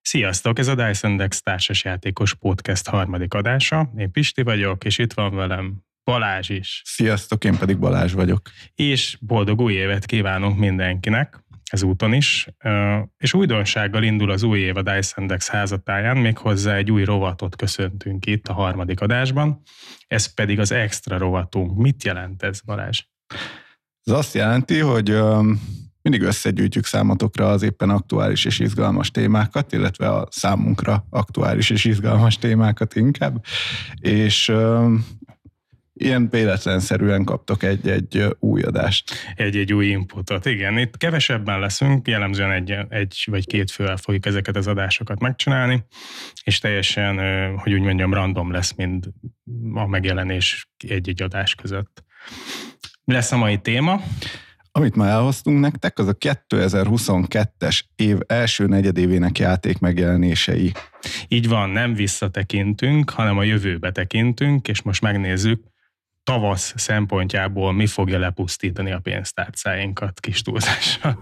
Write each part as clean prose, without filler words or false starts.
Sziasztok, ez a Dice Index társasjátékos podcast harmadik adása. Én Pisti vagyok, és itt van velem Balázs is. Sziasztok, én pedig Balázs vagyok. És boldog új évet kívánunk mindenkinek, ezúton is. És újdonsággal indul az új év a Dice Index házatáján, méghozzá egy új rovatot köszöntünk itt a harmadik adásban. Ez pedig az extra rovatunk. Mit jelent ez, Balázs? Ez azt jelenti, hogy mindig összegyűjtjük számotokra az éppen aktuális és izgalmas témákat, illetve a számunkra aktuális és izgalmas témákat inkább, és ilyen véletlenszerűen kaptok egy új adást. Egy új inputot, igen. Itt kevesebben leszünk, jellemzően egy vagy két fővel fogjuk ezeket az adásokat megcsinálni, és teljesen, hogy úgy mondjam, random lesz mind a megjelenés egy-egy adás között. Mi lesz a mai téma? Amit ma elhoztunk nektek, az a 2022-es év első negyedévének játék megjelenései. Így van, nem visszatekintünk, hanem a jövőbe tekintünk, és most megnézzük, tavasz szempontjából mi fogja lepusztítani a pénztárcáinkat kis túlzással.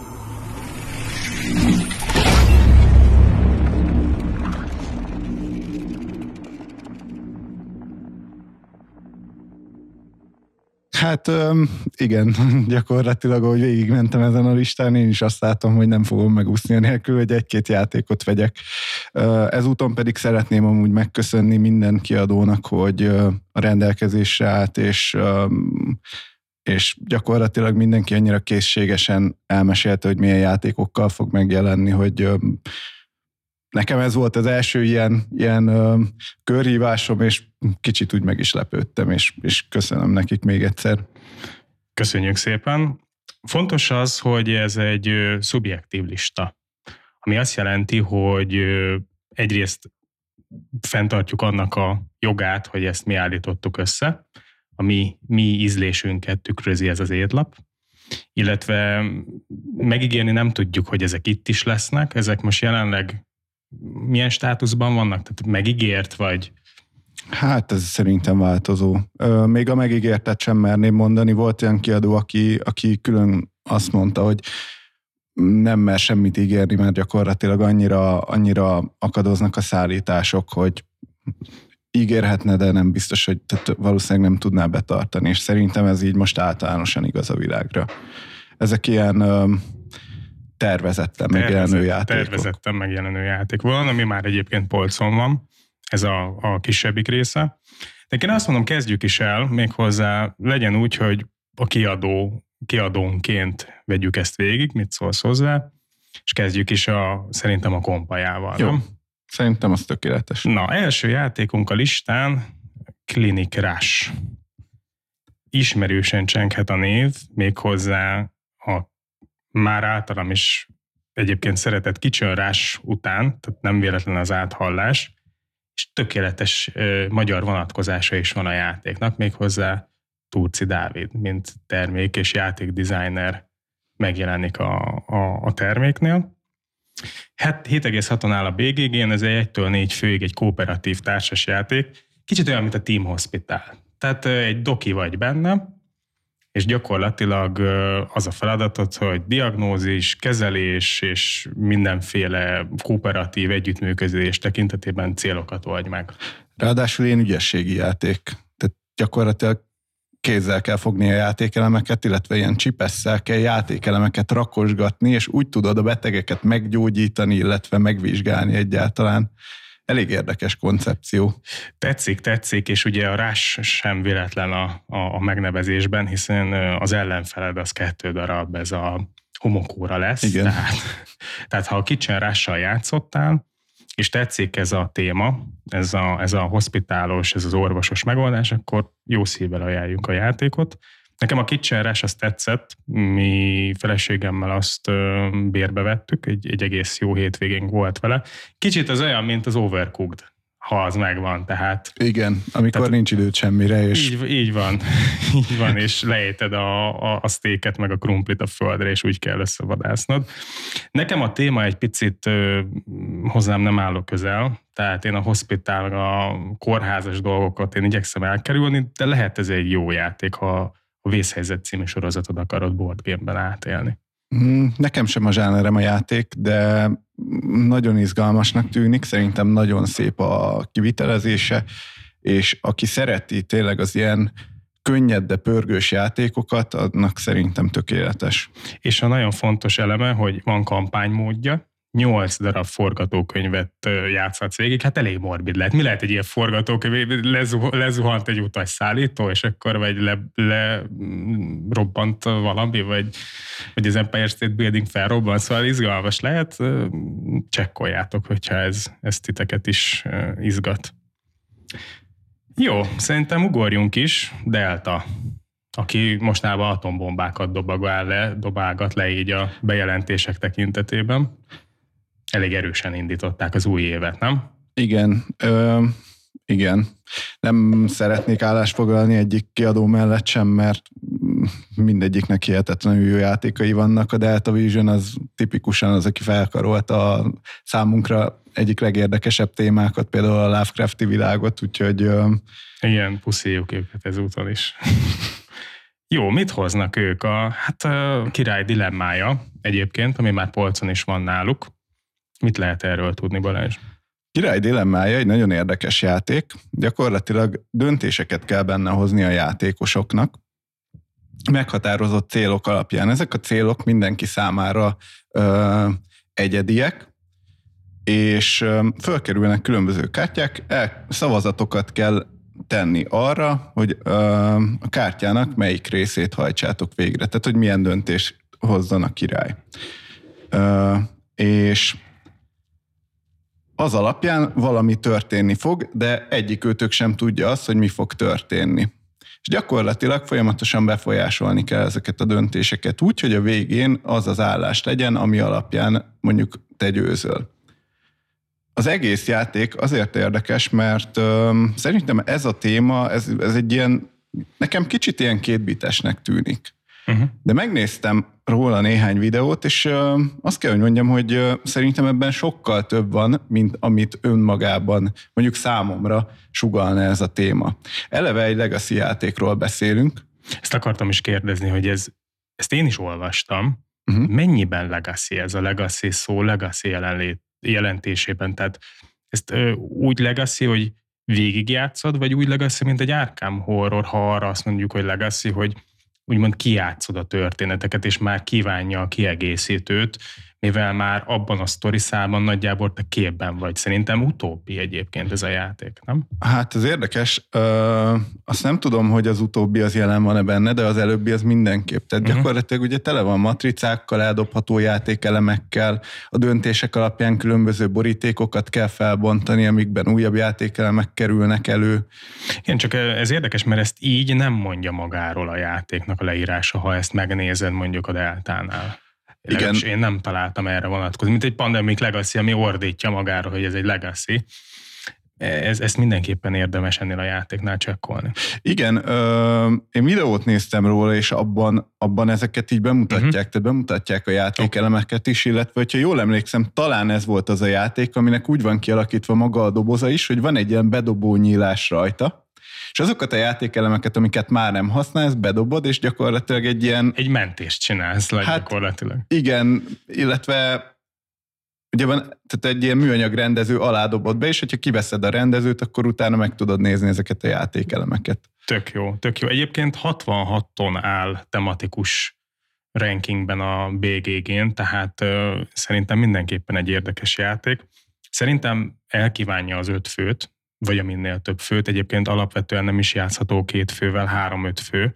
Hát igen, gyakorlatilag, ahogy végigmentem ezen a listán, én is azt látom, hogy nem fogom megúszni nélkül, hogy egy-két játékot vegyek. Ezúton pedig szeretném amúgy megköszönni minden kiadónak, hogy a rendelkezésre állt, és gyakorlatilag mindenki annyira készségesen elmesélte, hogy milyen játékokkal fog megjelenni, hogy nekem ez volt az első ilyen körhívásom, és kicsit úgy meg is lepődtem, és köszönöm nekik még egyszer. Köszönjük szépen. Fontos az, hogy ez egy szubjektív lista, ami azt jelenti, hogy egyrészt fenntartjuk annak a jogát, hogy ezt mi állítottuk össze, a mi ízlésünket tükrözi ez az étlap, illetve megígérni nem tudjuk, hogy ezek itt is lesznek, ezek most jelenleg milyen státuszban vannak? Tehát megígért, vagy? Hát ez szerintem változó. Még a megígértet sem merném mondani. Volt olyan kiadó, aki külön azt mondta, hogy nem mer semmit ígérni, mert gyakorlatilag annyira akadoznak a szállítások, hogy ígérhetne, de nem biztos, hogy valószínűleg nem tudná betartani, és szerintem ez így most általánosan igaz a világra. Ezek ilyen tervezetten megjelenő játékok. Tervezetten megjelenő játék. Van, ami már egyébként polcon van, ez a kisebbik része. De én azt mondom, kezdjük is el, méghozzá legyen úgy, hogy a kiadónként vegyük ezt végig, mit szólsz hozzá, és kezdjük is szerintem a kompajával. Jó, nem? Szerintem az tökéletes. Na, első játékunk a listán Clinic Rush. Ismerősen csenghet a név, méghozzá a már általam is egyébként szeretett kicsönrás után, tehát nem véletlen az áthallás, és tökéletes magyar vonatkozása is van a játéknak, méghozzá Turci Dávid, mint termék és játékdesigner megjelenik a terméknél. 7,6-on áll a BGG-n, ez egy 1-től 4 főig egy kooperatív társas játék, kicsit olyan, mint a Team Hospital. Tehát egy doki vagy benne, és gyakorlatilag az a feladatod, hogy diagnózis, kezelés és mindenféle kooperatív együttműködés tekintetében célokat oldj meg. Ráadásul ilyen ügyességi játék. Tehát gyakorlatilag kézzel kell fogni a játékelemeket, illetve ilyen csipesszel kell játékelemeket rakosgatni, és úgy tudod a betegeket meggyógyítani, illetve megvizsgálni egyáltalán. Elég érdekes koncepció. Tetszik, és ugye a Rush sem véletlen a megnevezésben, hiszen az ellenfeled az 2 darab, ez a homokóra lesz. Igen. Tehát ha a Kitchen Rush-sal játszottál, és tetszik ez a téma, ez a hospitálos, ez az orvosos megoldás, akkor jó szívvel ajánljunk a játékot. Nekem a Kitchen Rush azt tetszett, mi feleségemmel azt bérbe vettük, egy egész jó hétvégénk volt vele. Kicsit az olyan, mint az Overcooked, ha az megvan, tehát... Igen, amikor nincs időt semmire, és... Így van, és leéted a sztéket meg a krumplit a földre, és úgy kell összevadásznod. Nekem a téma egy picit hozzám nem állok közel, tehát én a hospitál, a kórházas dolgokat én igyekszem elkerülni, de lehet ez egy jó játék, ha a Vészhelyzet című sorozatod akarod board game-ben átélni. Nekem sem a zsánerem a játék, de nagyon izgalmasnak tűnik, szerintem nagyon szép a kivitelezése, és aki szereti tényleg az ilyen könnyed, de pörgős játékokat, annak szerintem tökéletes. És a nagyon fontos eleme, hogy van kampánymódja, 8 darab forgatókönyvet játszhatsz végig, hát elég morbid lehet. Mi lehet egy ilyen forgatókönyv, lezuhant egy utasszállító, és akkor vagy lerobbant valami, vagy az Empire State Building felrobban, szóval izgalmas lehet, csekkoljátok, hogyha ez titeket is izgat. Jó, szerintem ugorjunk is, Delta, aki mostában atombombákat dobálgat le így a bejelentések tekintetében. Elég erősen indították az új évet, nem? Igen. Nem szeretnék állást foglalni egyik kiadó mellett sem, mert mindegyiknek hihetetlenül jó játékai vannak. A Delta Vision az tipikusan az, aki felkarolta a számunkra egyik legérdekesebb témákat, például a Lovecrafti világot, úgyhogy... Igen, puszíjuk őket ezúton is. Jó, mit hoznak ők? A Király dilemmája egyébként, ami már polcon is van náluk. Mit lehet erről tudni, Balázs? Király dilemmája egy nagyon érdekes játék. Gyakorlatilag döntéseket kell benne hozni a játékosoknak, meghatározott célok alapján. Ezek a célok mindenki számára egyediek, és fölkerülnek különböző kártyák, szavazatokat kell tenni arra, hogy a kártyának melyik részét hajtsátok végre. Tehát, hogy milyen döntés hozzon a király. És az alapján valami történni fog, de egyikőtök sem tudja azt, hogy mi fog történni. És gyakorlatilag folyamatosan befolyásolni kell ezeket a döntéseket úgy, hogy a végén az az állás legyen, ami alapján mondjuk te győzöl. Az egész játék azért érdekes, mert szerintem ez a téma, ez egy ilyen, nekem kicsit ilyen kétbitesnek tűnik. De megnéztem róla néhány videót, és azt kell, hogy mondjam, hogy szerintem ebben sokkal több van, mint amit önmagában, mondjuk számomra sugallna ez a téma. Eleve egy legacy játékról beszélünk. Ezt akartam is kérdezni, hogy ezt én is olvastam. Mennyiben legacy ez a legacy szó, legacy jelentésében? Tehát ezt úgy legacy, hogy végigjátszod, vagy úgy legacy, mint egy Arkham Horror, ha arra azt mondjuk, hogy legacy, hogy úgymond kijátszod a történeteket, és már kívánja a kiegészítőt, mivel már abban a sztoriszában nagyjából te képben vagy. Szerintem utóbbi egyébként ez a játék, nem? Hát ez érdekes. Azt nem tudom, hogy az utóbbi az jelen van-e benne, de az előbbi az mindenképp. Tehát gyakorlatilag ugye tele van matricákkal, eldobható játékelemekkel, a döntések alapján különböző borítékokat kell felbontani, amikben újabb játékelemek kerülnek elő. Igen, csak ez érdekes, mert ezt így nem mondja magáról a játéknak a leírása, ha ezt megnézed mondjuk a Deltánál. Igen. Én nem találtam erre vonatkozni, mint egy Pandemic Legacy, ami ordítja magára, hogy ez egy legacy. Ezt mindenképpen érdemes ennél a játéknál csekkolni. Igen, én videót néztem róla, és abban ezeket így bemutatják, tehát bemutatják a játékelemeket is, illetve, hogyha jól emlékszem, talán ez volt az a játék, aminek úgy van kialakítva maga a doboza is, hogy van egy ilyen bedobó nyílás rajta, és azokat a játékelemeket, amiket már nem használsz, bedobod, és gyakorlatilag egy ilyen... Egy mentést csinálsz gyakorlatilag. Igen, illetve ugye van, tehát egy ilyen műanyag rendező alá dobod be, és hogyha kiveszed a rendezőt, akkor utána meg tudod nézni ezeket a játékelemeket. Tök jó, tök jó. Egyébként 66-on áll tematikus rankingben a BGG-n, tehát szerintem mindenképpen egy érdekes játék. Szerintem elkívánja az 5 főt, vagy a minél több főt. Egyébként alapvetően nem is játszható 2 fővel, 3-5 fő.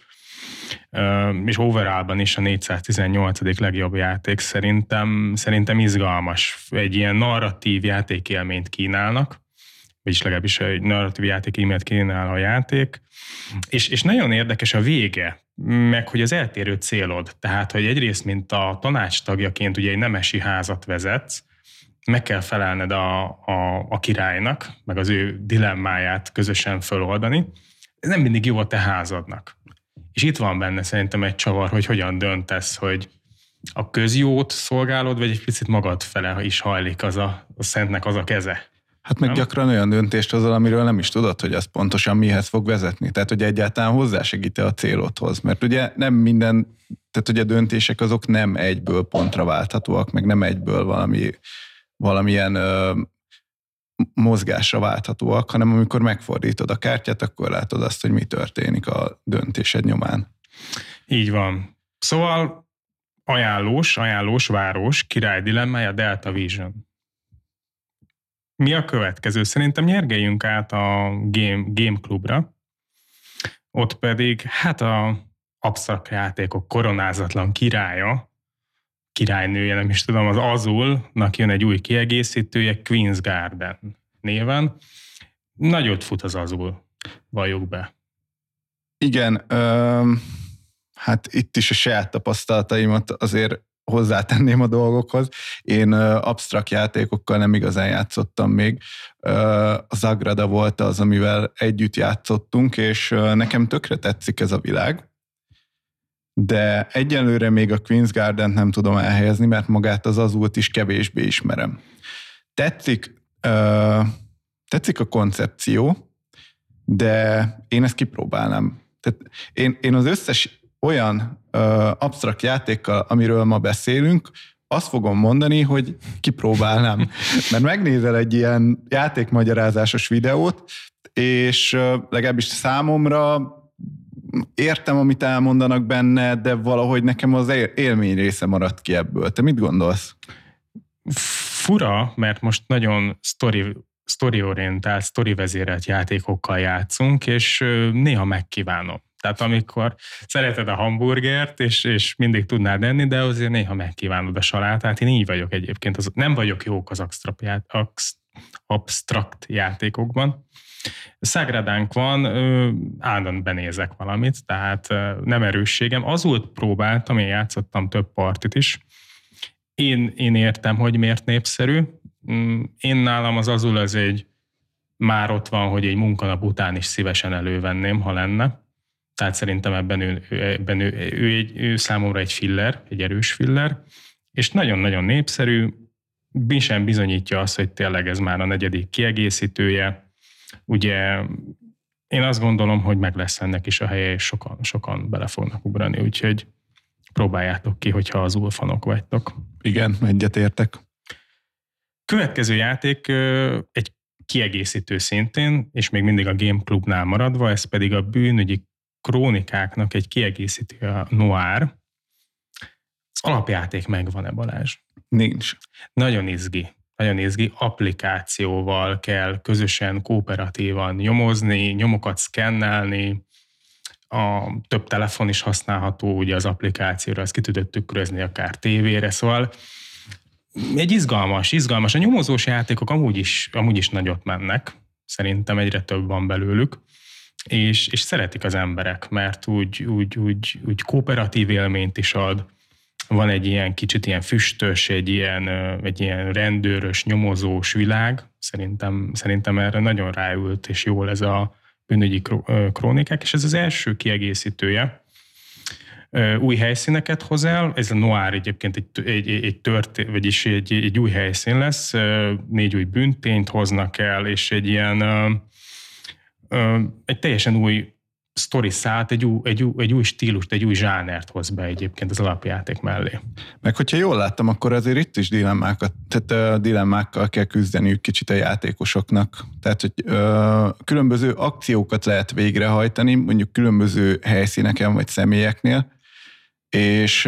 És overallban is a 418. legjobb játék szerintem izgalmas. Egy ilyen narratív játékélményt kínálnak, vagyis legalábbis egy narratív játékélményt kínál a játék, és nagyon érdekes a vége, meg hogy az eltérő célod. Tehát, hogy egyrészt, mint a tanács tagjaként ugye egy nemesi házat vezetsz, meg kell felelned a királynak, meg az ő dilemmáját közösen feloldani. Ez nem mindig jó a te házadnak. És itt van benne szerintem egy csavar, hogy hogyan döntesz, hogy a közjót szolgálod, vagy egy picit magad fele is hajlik a szentnek az a keze. Hát meg gyakran olyan döntést hozol, amiről nem is tudod, hogy az pontosan mihez fog vezetni. Tehát, hogy egyáltalán hozzásegít a célodhoz. Mert ugye nem minden, tehát ugye a döntések azok nem egyből pontra válthatóak, meg nem egyből valami valamilyen mozgásra válthatóak, hanem amikor megfordítod a kártyát, akkor látod azt, hogy mi történik a döntésed nyomán. Így van. Szóval ajánlós város király dilemmája Delta Vision. Mi a következő? Szerintem nyergeljünk át a Game Clubra, ott pedig hát a absztrakt játékok koronázatlan királynője, nem is tudom, az Azulnak jön egy új kiegészítője, Queen's Garden néven. Nagyot fut az Azul, valljuk be. Igen, hát itt is a saját tapasztalataimat azért hozzátenném a dolgokhoz. Én absztrakt játékokkal nem igazán játszottam még. A Zagrada volt az, amivel együtt játszottunk, és nekem tökre tetszik ez a világ. De egyelőre még a Queen's Garden-t nem tudom elhelyezni, mert magát az Azult is kevésbé ismerem. Tetszik a koncepció, de én ezt kipróbálnám. Tehát én az összes olyan absztrakt játékkal, amiről ma beszélünk, azt fogom mondani, hogy kipróbálnám. Mert megnézel egy ilyen játékmagyarázásos videót, és legalábbis számomra értem, amit elmondanak benne, de valahogy nekem az élmény része maradt ki ebből. Te mit gondolsz? Fura, mert most nagyon sztoriorientált, sztorivezérelt játékokkal játszunk, és néha megkívánom. Tehát amikor szereted a hamburgert, és mindig tudnád enni, de azért néha megkívánod a salátát. Én így vagyok egyébként. Nem vagyok jók az absztrakt játékokban. Szagradánk van, állandóan benézek valamit, tehát nem erősségem. Azult próbáltam, én játszottam több partit is. Én értem, hogy miért népszerű. Én nálam az Azul az már ott van, hogy egy munkanap után is szívesen elővenném, ha lenne. Tehát szerintem ebben ő számomra egy filler, egy erős filler, és nagyon-nagyon népszerű, sem bizonyítja azt, hogy tényleg ez már a 4. kiegészítője. Ugye én azt gondolom, hogy meg lesz ennek is a helye, és sokan bele fognak ugrani, úgyhogy próbáljátok ki, hogyha az Azul-fanok vagytok. Igen, egyetértek. Következő játék egy kiegészítő szintén, és még mindig a Game Clubnál maradva, ez pedig a bűnügyi krónikáknak egy kiegészítő, a Noir. Az alapjáték megvan-e, Balázs? Nincs. Nagyon izgi, applikációval kell közösen, kooperatívan nyomozni, nyomokat szkennelni, a több telefon is használható ugye az applikációra, ezt ki tudod tükrözni akár tévére, szóval egy izgalmas. A nyomozós játékok amúgy is nagyot mennek, szerintem egyre több van belőlük, és szeretik az emberek, mert úgy kooperatív élményt is ad. Van egy ilyen kicsit ilyen füstös, egy ilyen rendőrös, nyomozós világ. Szerintem erre nagyon ráült, és jól ez a bűnügyi krónikák, és ez az első kiegészítője. Új helyszíneket hoz el, ez a Noir egyébként egy új helyszín lesz, 4 új bűntényt hoznak el, és egy teljesen új sztori szált, egy új stílust, egy új zsánert hoz be egyébként az alapjáték mellé. Meg hogyha jól láttam, akkor azért itt is dilemmákkal kell küzdeniük kicsit a játékosoknak. Tehát, hogy különböző akciókat lehet végrehajtani, mondjuk különböző helyszíneken vagy személyeknél, és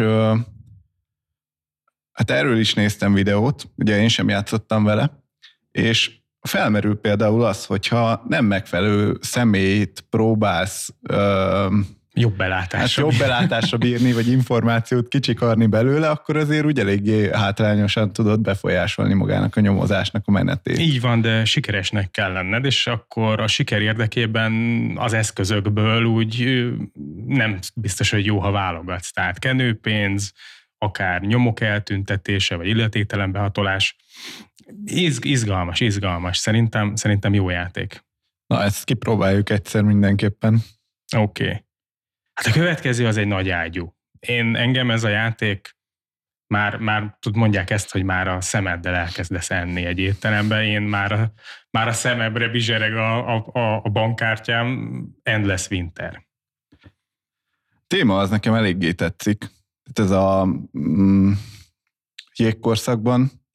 hát erről is néztem videót, ugye én sem játszottam vele, és felmerül például az, hogyha nem megfelelő személyt próbálsz jobb belátásra bírni, vagy információt kicsikarni belőle, akkor azért úgy eléggé hátrányosan tudod befolyásolni magának a nyomozásnak a menetét. Így van, de sikeresnek kell lenned, és akkor a siker érdekében az eszközökből úgy nem biztos, hogy jó, ha válogatsz. Tehát kenőpénz, akár nyomok eltüntetése, vagy illetéktelen behatolás. Izgalmas. Szerintem jó játék. Na, ezt kipróbáljuk egyszer mindenképpen. Oké. Hát a következő az egy nagy ágyú. Engem ez a játék már mondják ezt, hogy már a szemeddel elkezdesz enni egy étteremben. Én már a szememre bizsereg a bankkártyám. Endless Winter. Téma az nekem eléggé tetszik. Ez a jégkorszakban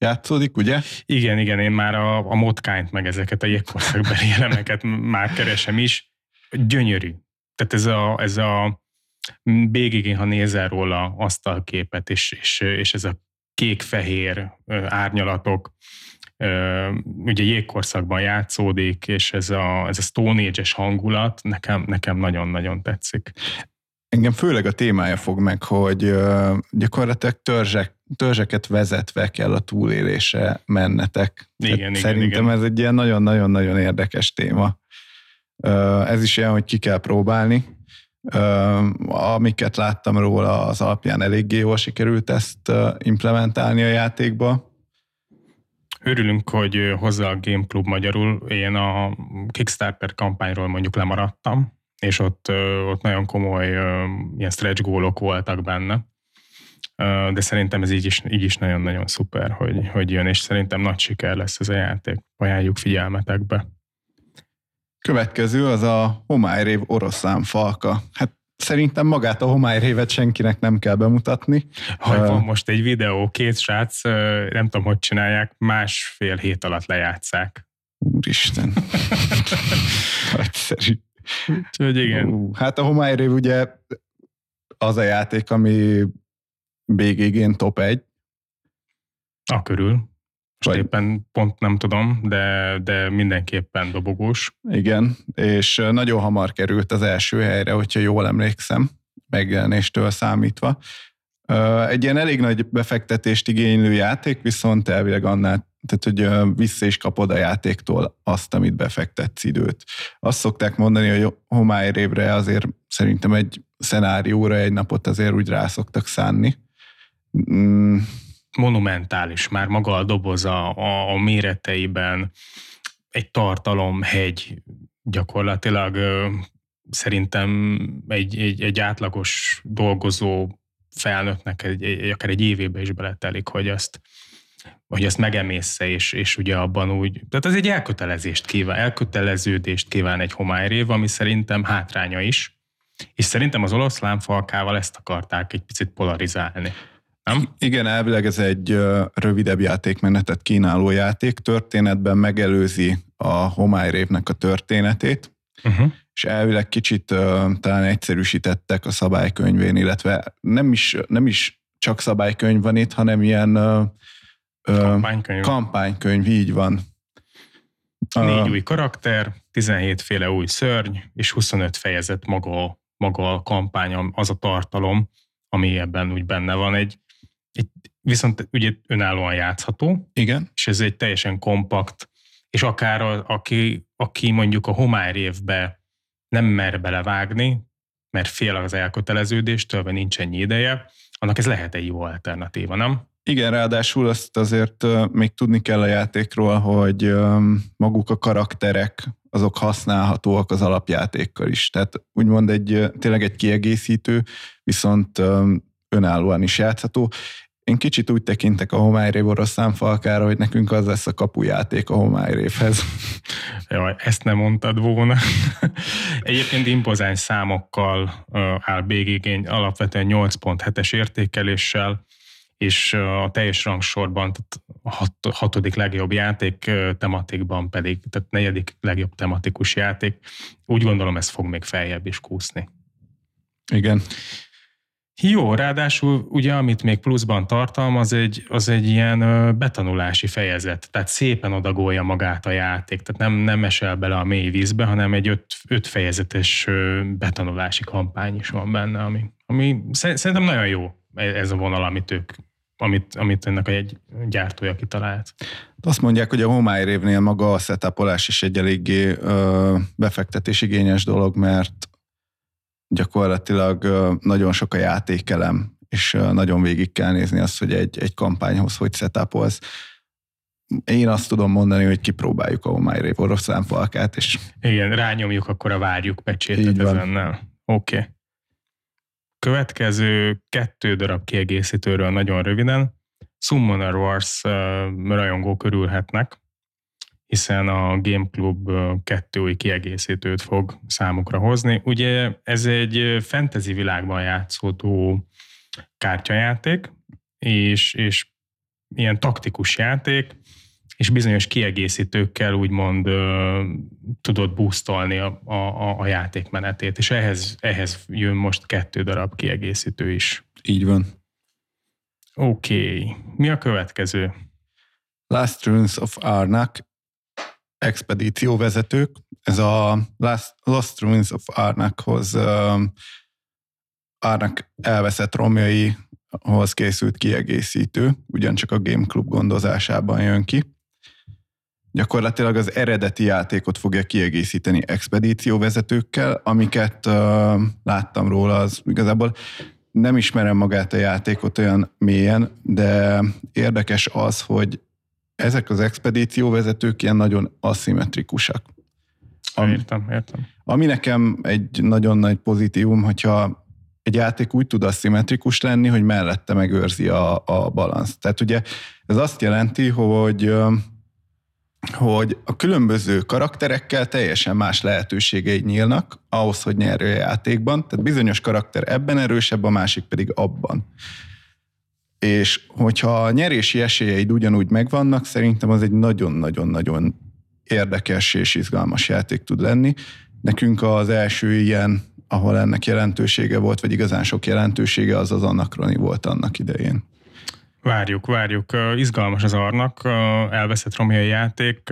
játszódik, ugye? Igen, én már a Modkányt, meg ezeket a jégkorszakbeli elemeket már keresem is. Gyönyörű. Tehát ez a BGG, ha nézel róla asztalképet, és ez a kék-fehér árnyalatok, ugye jégkorszakban játszódik, és ez a Stone Age-es hangulat nekem nagyon-nagyon tetszik. Engem főleg a témája fog meg, hogy gyakorlatilag törzseket vezetve kell a túlélésre mennetek. Igen, szerintem ez egy ilyen nagyon-nagyon-nagyon érdekes téma. Ez is olyan, hogy ki kell próbálni. Amiket láttam róla, az alapján eléggé jól sikerült ezt implementálni a játékba. Örülünk, hogy hozza a Game Club magyarul. Én a Kickstarter kampányról mondjuk lemaradtam, és ott nagyon komoly ilyen stretch gólok voltak benne. De szerintem ez így is nagyon-nagyon szuper, hogy jön, és szerintem nagy siker lesz ez a játék. Ajánljuk figyelmetekbe. Következő az a homályrév oroszlánfalka. Hát szerintem magát a homályrévet senkinek nem kell bemutatni. Van most egy videó, 2 srác, nem tudom, hogy csinálják, 1,5 hét alatt lejátszák. Úristen. Nagyszerű. Úgyhogy igen. Hát a homályrév ugye az a játék, ami BGG-n top 1. A körül. Most éppen pont nem tudom, de mindenképpen dobogós. Igen, és nagyon hamar került az első helyre, hogyha jól emlékszem, megjelenéstől számítva. Egy ilyen elég nagy befektetést igénylő játék, viszont elvileg annál, tehát hogy vissza is kapod a játéktól azt, amit befektetsz időt. Azt szokták mondani, hogy homályrévre azért szerintem egy szenárióra egy napot azért úgy rá szoktak szánni. Monumentális, már maga a doboz a méreteiben, egy tartalomhegy gyakorlatilag szerintem egy átlagos dolgozó felnőttnek akár egy évébe is beletelik, hogy ezt megemészze, és ugye abban úgy, tehát ez egy elköteleződést kíván egy homályrév, ami szerintem hátránya is, és szerintem az oroszlánfalkával ezt akarták egy picit polarizálni. Nem? Igen, elvileg ez egy rövidebb játékmenetet kínáló játék, történetben megelőzi a homályrévnek a történetét, és elvileg kicsit talán egyszerűsítettek a szabálykönyvén, illetve nem is csak szabálykönyv van itt, hanem ilyen kampánykönyv, így van. 4 új karakter, 17 féle új szörny, és 25 fejezet maga a kampány, az a tartalom, ami ebben úgy benne van. Viszont ugye önállóan játszható, igen, és ez egy teljesen kompakt, és akár aki mondjuk a homályrévbe nem mer belevágni, mert fél az elköteleződéstől, vagy nincs ennyi ideje, annak ez lehet egy jó alternatíva, nem? Igen, ráadásul azt azért még tudni kell a játékról, hogy maguk a karakterek, azok használhatóak az alapjátékkal is. Tehát úgymond tényleg egy kiegészítő, viszont önállóan is játszható. Én kicsit úgy tekintek a homályrév oroszlánfalkára, hogy nekünk az lesz a kapujáték a homályrévhez. Jaj, ezt nem mondtad volna. Egyébként impozáns számokkal áll BGG, alapvetően 8.7-es értékeléssel, és a teljes rangsorban a 6. legjobb játék, tematikban pedig, tehát 4. legjobb tematikus játék. Úgy gondolom, ez fog még feljebb is kúszni. Igen. Jó, ráadásul ugye, amit még pluszban tartalmaz, az egy ilyen betanulási fejezet, tehát szépen odagolja magát a játék, tehát nem esel bele a mély vízbe, hanem egy 5 fejezetes betanulási kampány is van benne, ami szerintem nagyon jó ez a vonal, amit ennek egy gyártója kitalált. Azt mondják, hogy a homályrévnél maga a setupolás is egy eléggé befektetésigényes dolog, mert gyakorlatilag nagyon sok a játékelem, és nagyon végig kell nézni azt, hogy egy kampányhoz hogy setupolsz. Én azt tudom mondani, hogy kipróbáljuk a homályrév oroszlánfalkát, és... Igen, rányomjuk akkor a várjuk pecsétet ezennel. Oké. Következő 2 darab kiegészítőről nagyon röviden. Summoner Wars rajongók örülhetnek, hiszen a Game Club 2 új kiegészítőt fog számukra hozni. Ugye ez egy fantasy világban játszódó kártyajáték, és ilyen taktikus játék, és bizonyos kiegészítőkkel úgymond tudod boostolni a játékmenetét, és ehhez jön most 2 darab kiegészítő is. Így van. Oké. Mi a következő? Last Ruins of Arnak expedícióvezetők. Ez a Lost Ruins of Arnakhoz Arnak elveszett romjaihoz készült kiegészítő, ugyancsak a Game Club gondozásában jön ki. Gyakorlatilag az eredeti játékot fogja kiegészíteni expedícióvezetőkkel, amiket láttam róla, az igazából nem ismerem magát a játékot olyan mélyen, de érdekes az, hogy ezek az expedícióvezetők ilyen nagyon aszimmetrikusak. Értem. Ami nekem egy nagyon nagy pozitívum, hogyha egy játék úgy tud aszimmetrikus lenni, hogy mellette megőrzi a balanszt. Tehát ugye ez azt jelenti, hogy a különböző karakterekkel teljesen más lehetőségei nyílnak ahhoz, hogy nyerj a játékban. Tehát bizonyos karakter ebben erősebb, a másik pedig abban. És hogyha a nyerési esélyeid ugyanúgy megvannak, szerintem az egy nagyon-nagyon-nagyon érdekes és izgalmas játék tud lenni. Nekünk az első ilyen, ahol ennek jelentősége volt, vagy igazán sok jelentősége, az Anachrony volt annak idején. Várjuk. Izgalmas az Arnak, elveszett romjai játék.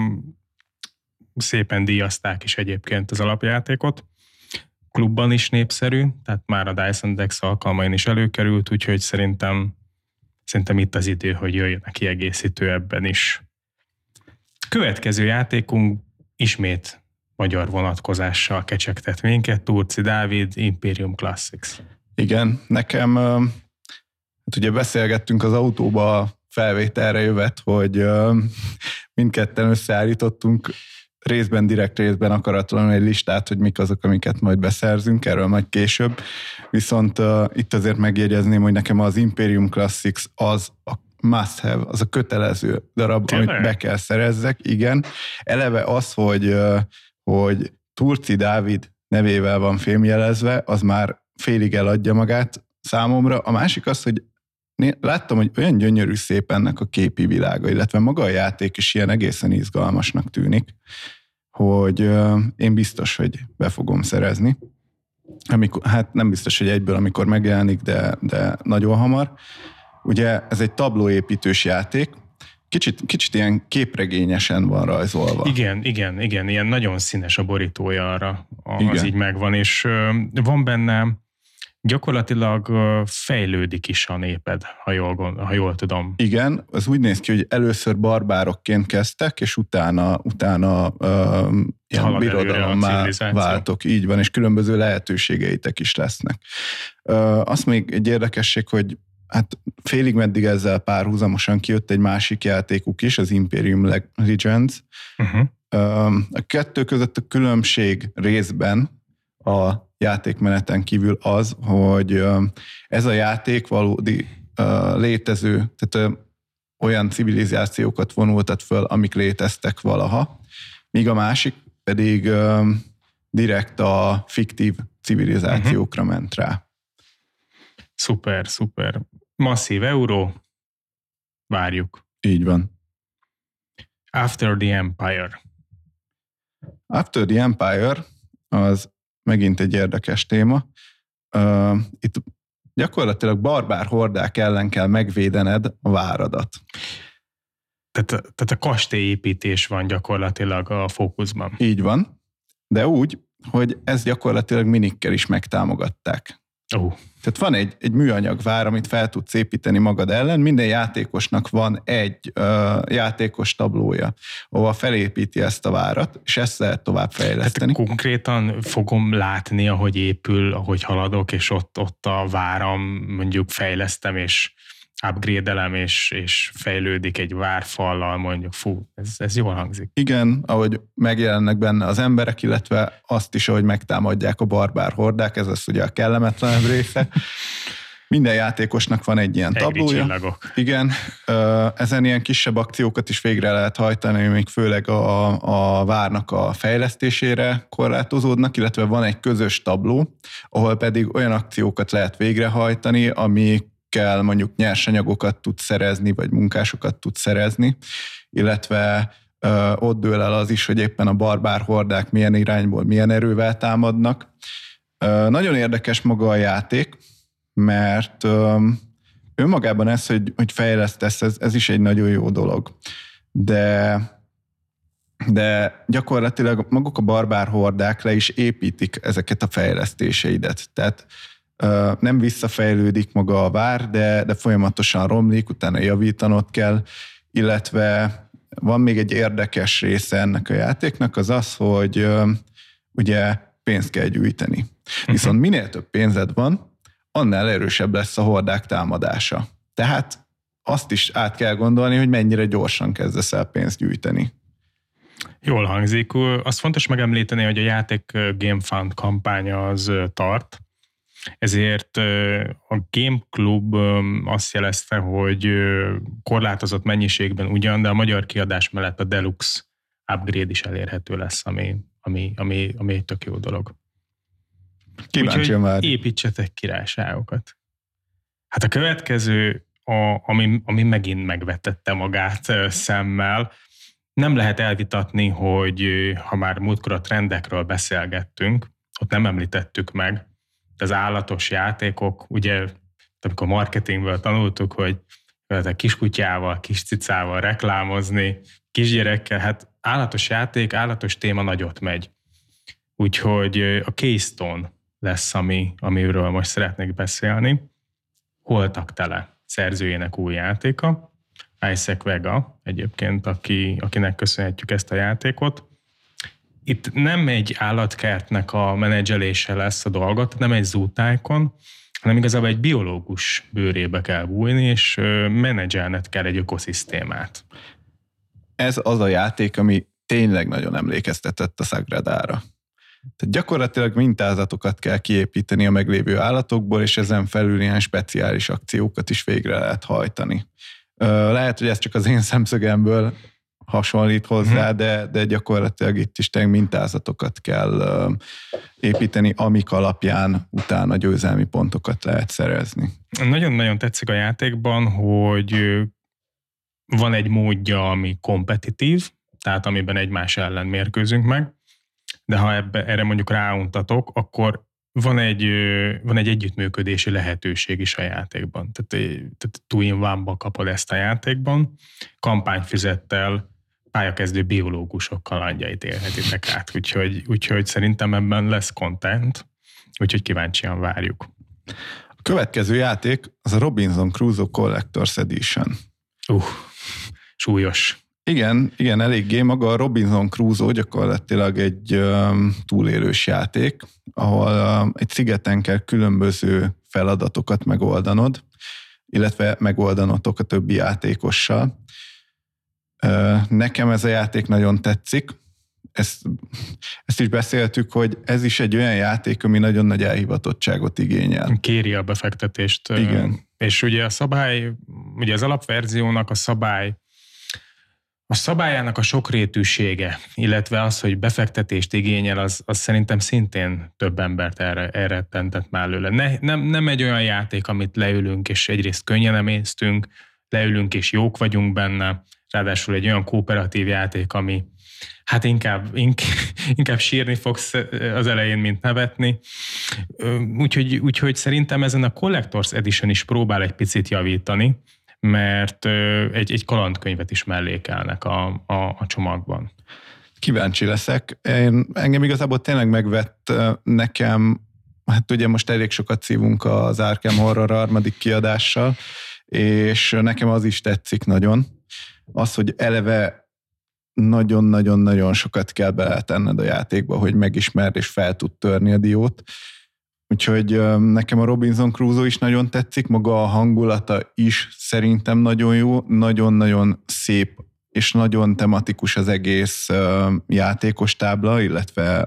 Szépen díjazták is egyébként az alapjátékot. Klubban is népszerű, tehát már a Dice and Dex alkalmain is előkerült, úgyhogy szerintem itt az idő, hogy jöjjön a kiegészítő ebben is. Következő játékunk ismét magyar vonatkozással kecsegtet minket, Turci Dávid, Imperium Classics. Igen, nekem, hát ugye beszélgettünk az autóba a felvételre jövet, hogy mindketten összeállítottunk részben direkt, részben akaratlanul egy listát, hogy mik azok, amiket majd beszerzünk, erről majd később. Viszont itt azért megjegyezném, hogy nekem az Imperium Classics az a must have, az a kötelező darab, amit be kell szerezzek, igen. Eleve az, hogy Turci Dávid nevével van fémjelezve, az már félig eladja magát számomra. A másik az, hogy láttam, hogy olyan gyönyörű szép ennek a képi világa, illetve maga a játék is ilyen egészen izgalmasnak tűnik, hogy én biztos, hogy be fogom szerezni. Hát nem biztos, hogy egyből, amikor megjelenik, de nagyon hamar. Ugye ez egy tablóépítős játék, kicsit ilyen képregényesen van rajzolva. Igen, ilyen nagyon színes a borítója arra, az így megvan, és van benne gyakorlatilag fejlődik is a néped, ha jól tudom. Igen, az úgy néz ki, hogy először barbárokként kezdtek, és utána ilyen birodalommá váltok. Így van, és különböző lehetőségeitek is lesznek. Azt még egy érdekesség, hogy hát félig meddig ezzel párhuzamosan kijött egy másik játékuk is, az Imperium Legends. A kettő között a különbség részben a játékmeneten kívül az, hogy ez a játék valódi létező, tehát olyan civilizációkat vonultat föl, amik léteztek valaha, míg a másik pedig direkt a fiktív civilizációkra ment rá. Szuper. Masszív euró, várjuk. Így van. After the Empire. After the Empire az megint egy érdekes téma. Itt gyakorlatilag barbár hordák ellen kell megvédened a váradat. Tehát a kastélyépítés van gyakorlatilag a fókuszban. Így van, de úgy, hogy ezt gyakorlatilag minikkel is megtámogatták. Tehát van egy műanyag vár, amit fel tudsz építeni magad ellen, minden játékosnak van egy játékos tablója, ahol felépíti ezt a várat, és ezt lehet tovább fejleszteni. Tehát konkrétan fogom látni, ahogy épül, ahogy haladok, és ott a váram mondjuk fejlesztem, és upgrade-elem, és fejlődik egy várfallal, mondjuk, ez jól hangzik. Igen, ahogy megjelennek benne az emberek, illetve azt is, ahogy megtámadják a barbár hordák, ez az ugye a kellemetlenebb része. Minden játékosnak van egy ilyen tablója. Csillagok. Igen, ezen ilyen kisebb akciókat is végre lehet hajtani, még főleg a várnak a fejlesztésére korlátozódnak, illetve van egy közös tabló, ahol pedig olyan akciókat lehet végrehajtani, amiket akikkel mondjuk nyersanyagokat tud szerezni, vagy munkásokat tud szerezni, illetve ott dől el az is, hogy éppen a barbár hordák milyen irányból, milyen erővel támadnak. Nagyon érdekes maga a játék, mert önmagában ez, hogy fejlesztesz, ez is egy nagyon jó dolog. De gyakorlatilag maguk a barbár hordák le is építik ezeket a fejlesztéseidet. Tehát nem visszafejlődik maga a vár, de folyamatosan romlik, utána javítanod kell, illetve van még egy érdekes része ennek a játéknak, az az, hogy ugye pénzt kell gyűjteni. Viszont minél több pénzed van, annál erősebb lesz a hordák támadása. Tehát azt is át kell gondolni, hogy mennyire gyorsan kezdesz el pénzt gyűjteni. Jól hangzik. Azt fontos megemlíteni, hogy a játék Game Fund kampánya az tart, ezért a Game Club azt jelezte, hogy korlátozott mennyiségben ugyan, de a magyar kiadás mellett a Deluxe upgrade is elérhető lesz, ami egy tök jó dolog. Kíváncsian már. Építsetek királyságokat. Hát a következő, ami megint megvetette magát szemmel, nem lehet elvitatni, hogy ha már múltkor a trendekről beszélgettünk, ott nem említettük meg, de az állatos játékok, ugye, amikor marketingből tanultuk, hogy kiskutyával, kis cicával reklámozni, kisgyerekkel, hát állatos játék, állatos téma nagyot megy. Úgyhogy a Keystone lesz, amiről most szeretnék beszélni. Holtak tele szerzőjének új játéka, Isaac Vega egyébként, akinek köszönhetjük ezt a játékot. Itt nem egy állatkertnek a menedzselése lesz a dolgot, nem egy zootájkon, hanem igazából egy biológus bőrébe kell bújni, és menedzselned kell egy ökoszisztémát. Ez az a játék, ami tényleg nagyon emlékeztetett a Sagradára. Tehát gyakorlatilag mintázatokat kell kiépíteni a meglévő állatokból, és ezen felül ilyen speciális akciókat is végre lehet hajtani. Lehet, hogy ez csak az én szemszögemből hasonlít hozzá, de gyakorlatilag itt is tényleg mintázatokat kell építeni, amik alapján utána győzelmi pontokat lehet szerezni. Nagyon-nagyon tetszik a játékban, hogy van egy módja, ami kompetitív, tehát amiben egymás ellen mérkőzünk meg, de ha erre mondjuk ráuntatok, akkor van egy együttműködési lehetőség is a játékban. Tehát two-in-one-ba kapod ezt a játékban, kampányfüzettel, pályakezdő biológusok kalandjait élhetitek át, úgyhogy szerintem ebben lesz content, úgyhogy kíváncsian várjuk. A következő játék az a Robinson Crusoe Collector's Edition. Súlyos. Igen, eléggé. Maga a Robinson Crusoe gyakorlatilag egy túlélős játék, ahol egy szigeten kell különböző feladatokat megoldanod, illetve megoldanotok a többi játékossal. Nekem ez a játék nagyon tetszik. Ezt is beszéltük, hogy ez is egy olyan játék, ami nagyon nagy elhivatottságot igényel. Kéri a befektetést. Igen. És ugye a szabály, ugye az alapverziónak a szabályának a sokrétűsége, illetve az, hogy befektetést igényel, az szerintem szintén több embert erre tentett már előle. Nem egy olyan játék, amit leülünk, és egyrészt könnyen emésztünk, leülünk, és jók vagyunk benne, ráadásul egy olyan kooperatív játék, ami hát inkább sírni fogsz az elején, mint nevetni. Úgyhogy szerintem ezen a Collector's Edition is próbál egy picit javítani, mert egy kalandkönyvet is mellékelnek a csomagban. Kíváncsi leszek. Engem igazából tényleg megvett nekem, hát ugye most elég sokat szívunk az Arkham Horror harmadik kiadással, és nekem az is tetszik nagyon. Az, hogy eleve nagyon-nagyon-nagyon sokat kell beletenned a játékba, hogy megismerd és fel tud törni a diót. Úgyhogy nekem a Robinson Crusoe is nagyon tetszik, maga a hangulata is szerintem nagyon jó, nagyon-nagyon szép és nagyon tematikus az egész játékos tábla, illetve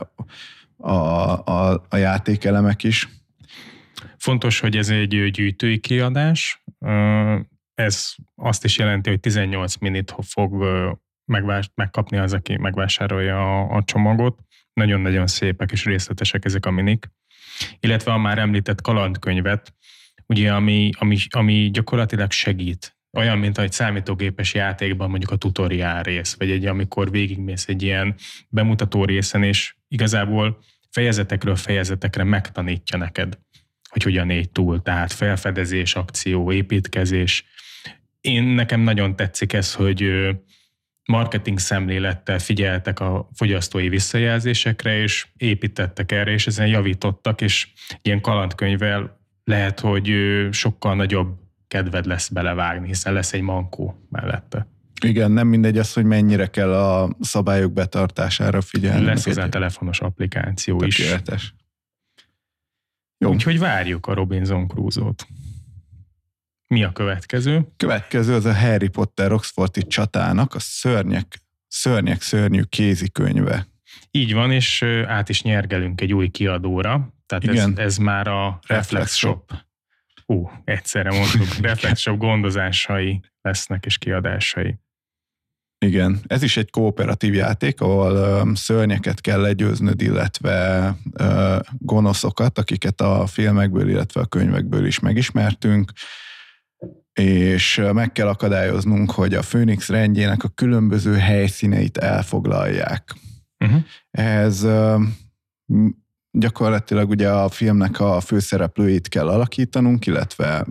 a játékelemek is. Fontos, hogy ez egy gyűjtői kiadás. Ez azt is jelenti, hogy 18 minit fog megkapni az, aki megvásárolja a csomagot. Nagyon-nagyon szépek és részletesek ezek a minik. Illetve a már említett kalandkönyvet, ugye ami gyakorlatilag segít. Olyan, mint egy számítógépes játékban mondjuk a tutoriál rész, vagy amikor végigmész egy ilyen bemutató részen, és igazából fejezetekről fejezetekre megtanítja neked, hogy hogyan égy túl. Tehát felfedezés, akció, építkezés. Nekem nagyon tetszik ez, hogy marketing szemlélettel figyeltek a fogyasztói visszajelzésekre, és építettek erre, és ezen javítottak, és ilyen kalandkönyvvel lehet, hogy sokkal nagyobb kedved lesz belevágni, hiszen lesz egy mankó mellette. Igen, nem mindegy az, hogy mennyire kell a szabályok betartására figyelni. Lesz hozzá telefonos applikáció tökéletes is. Jó. Úgyhogy várjuk a Robinson Crusoe-t. Mi a következő? Következő az a Harry Potter Oxfordi csatának a szörnyű kézikönyve. Így van, és át is nyergelünk egy új kiadóra. Tehát ez már a Reflex Shop. Egyszerre mondtuk, Reflex Shop gondozásai lesznek és kiadásai. Igen, ez is egy kooperatív játék, ahol szörnyeket kell legyőznöd, illetve gonoszokat, akiket a filmekből, illetve a könyvekből is megismertünk, és meg kell akadályoznunk, hogy a Főnix rendjének a különböző helyszíneit elfoglalják. Ez gyakorlatilag ugye a filmnek a főszereplőit kell alakítanunk, illetve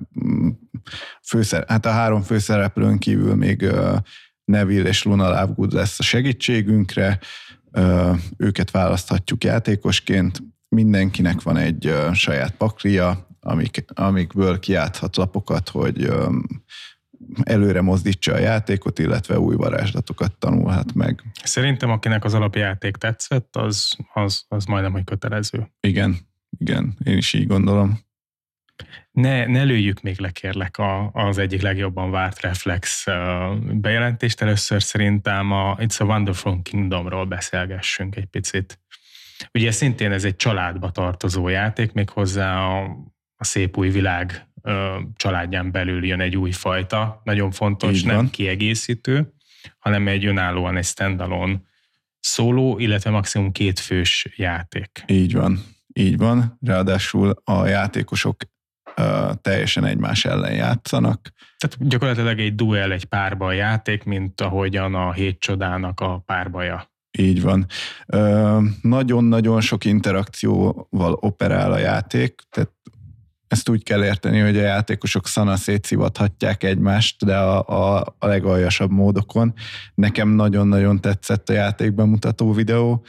a 3 főszereplőn kívül még Neville és Luna Lovegood lesz a segítségünkre, őket választhatjuk játékosként, mindenkinek van egy saját paklia, amikből kijátszhat lapokat, hogy előre mozdítsa a játékot, illetve új varázslatokat tanulhat meg. Szerintem akinek az alapjáték tetszett, az majdnem, hogy kötelező. Igen, én is így gondolom. Ne lőjük még le, kérlek, az egyik legjobban várt Reflex bejelentést. Először szerintem It's a Wonderful Kingdomról beszélgessünk egy picit. Ugye szintén ez egy családba tartozó játék, méghozzá a szép új világ családján belül jön egy új fajta. Nagyon fontos, nem kiegészítő, hanem egy önállóan egy standalone szóló, illetve maximum 2 fős játék. Így van. Ráadásul a játékosok teljesen egymás ellen játszanak. Tehát gyakorlatilag egy duel, egy párba játék, mint ahogyan a 7 csodának a párbaja. Így van. Nagyon-nagyon sok interakcióval operál a játék, tehát ezt úgy kell érteni, hogy a játékosok szana szétszivathatják egymást, de a legaljasabb módokon. Nekem nagyon-nagyon tetszett a játékben mutató videó.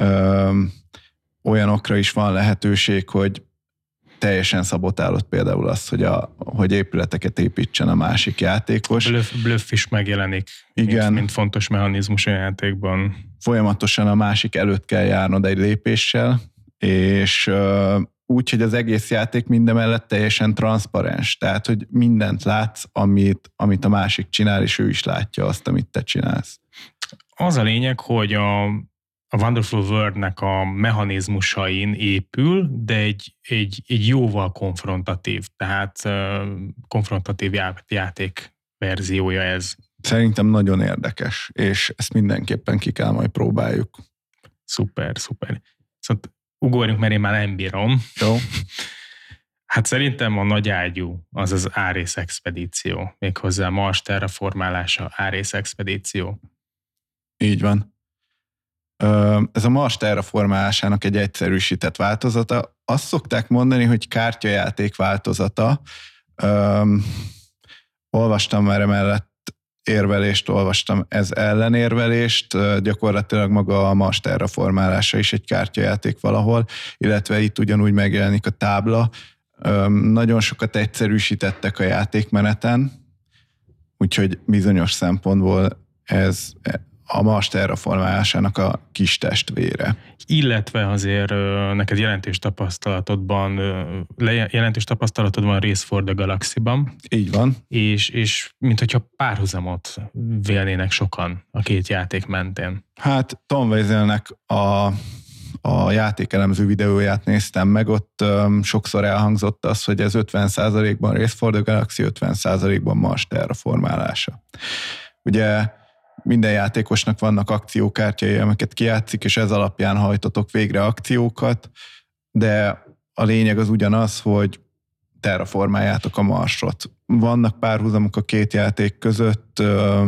Olyanokra is van lehetőség, hogy teljesen szabotálott például az, hogy épületeket építsen a másik játékos. Bluff is megjelenik, igen, mint fontos mechanizmus a játékban. Folyamatosan a másik előtt kell járnod egy lépéssel, és úgy, hogy az egész játék mindemellett teljesen transzparens, tehát, hogy mindent látsz, amit a másik csinál, és ő is látja azt, amit te csinálsz. Az a lényeg, hogy a Wonderful World-nek a mechanizmusain épül, de egy jóval konfrontatív, tehát konfrontatív játék verziója ez. Szerintem nagyon érdekes, és ezt mindenképpen ki kell majd próbáljuk. Szuper. Szóval ugorjunk, mert én már nem bírom. Jó. Hát szerintem a nagy ágyú az az Ares expedíció, méghozzá Mars terraformálása, Ares expedíció. Így van. Ez a Mars terraformálásának egy egyszerűsített változata. Azt szokták mondani, hogy kártyajáték változata. Olvastam már emellett érvelést, olvastam ez ellenérvelést, gyakorlatilag maga a Mars terraformálása is egy kártyajáték valahol, illetve itt ugyanúgy megjelenik a tábla. Nagyon sokat egyszerűsítettek a játékmeneten, úgyhogy bizonyos szempontból ez a Mars terraformálásának a kis testvére. Illetve azért neked jelentős tapasztalatod van Race for the Galaxy-ban. Így van. És mint hogyha párhuzamot vélnének sokan a 2 játék mentén. Hát Tom Weiselnek a játékelemző videóját néztem meg, ott sokszor elhangzott az, hogy ez 50%-ban Race for the Galaxy, 50%-ban Mars terraformálása. Ugye minden játékosnak vannak akciókártyái, amiket kijátszik, és ez alapján hajtotok végre akciókat, de a lényeg az ugyanaz, hogy terraformáljátok a Marsot. Vannak párhuzamok a két játék között,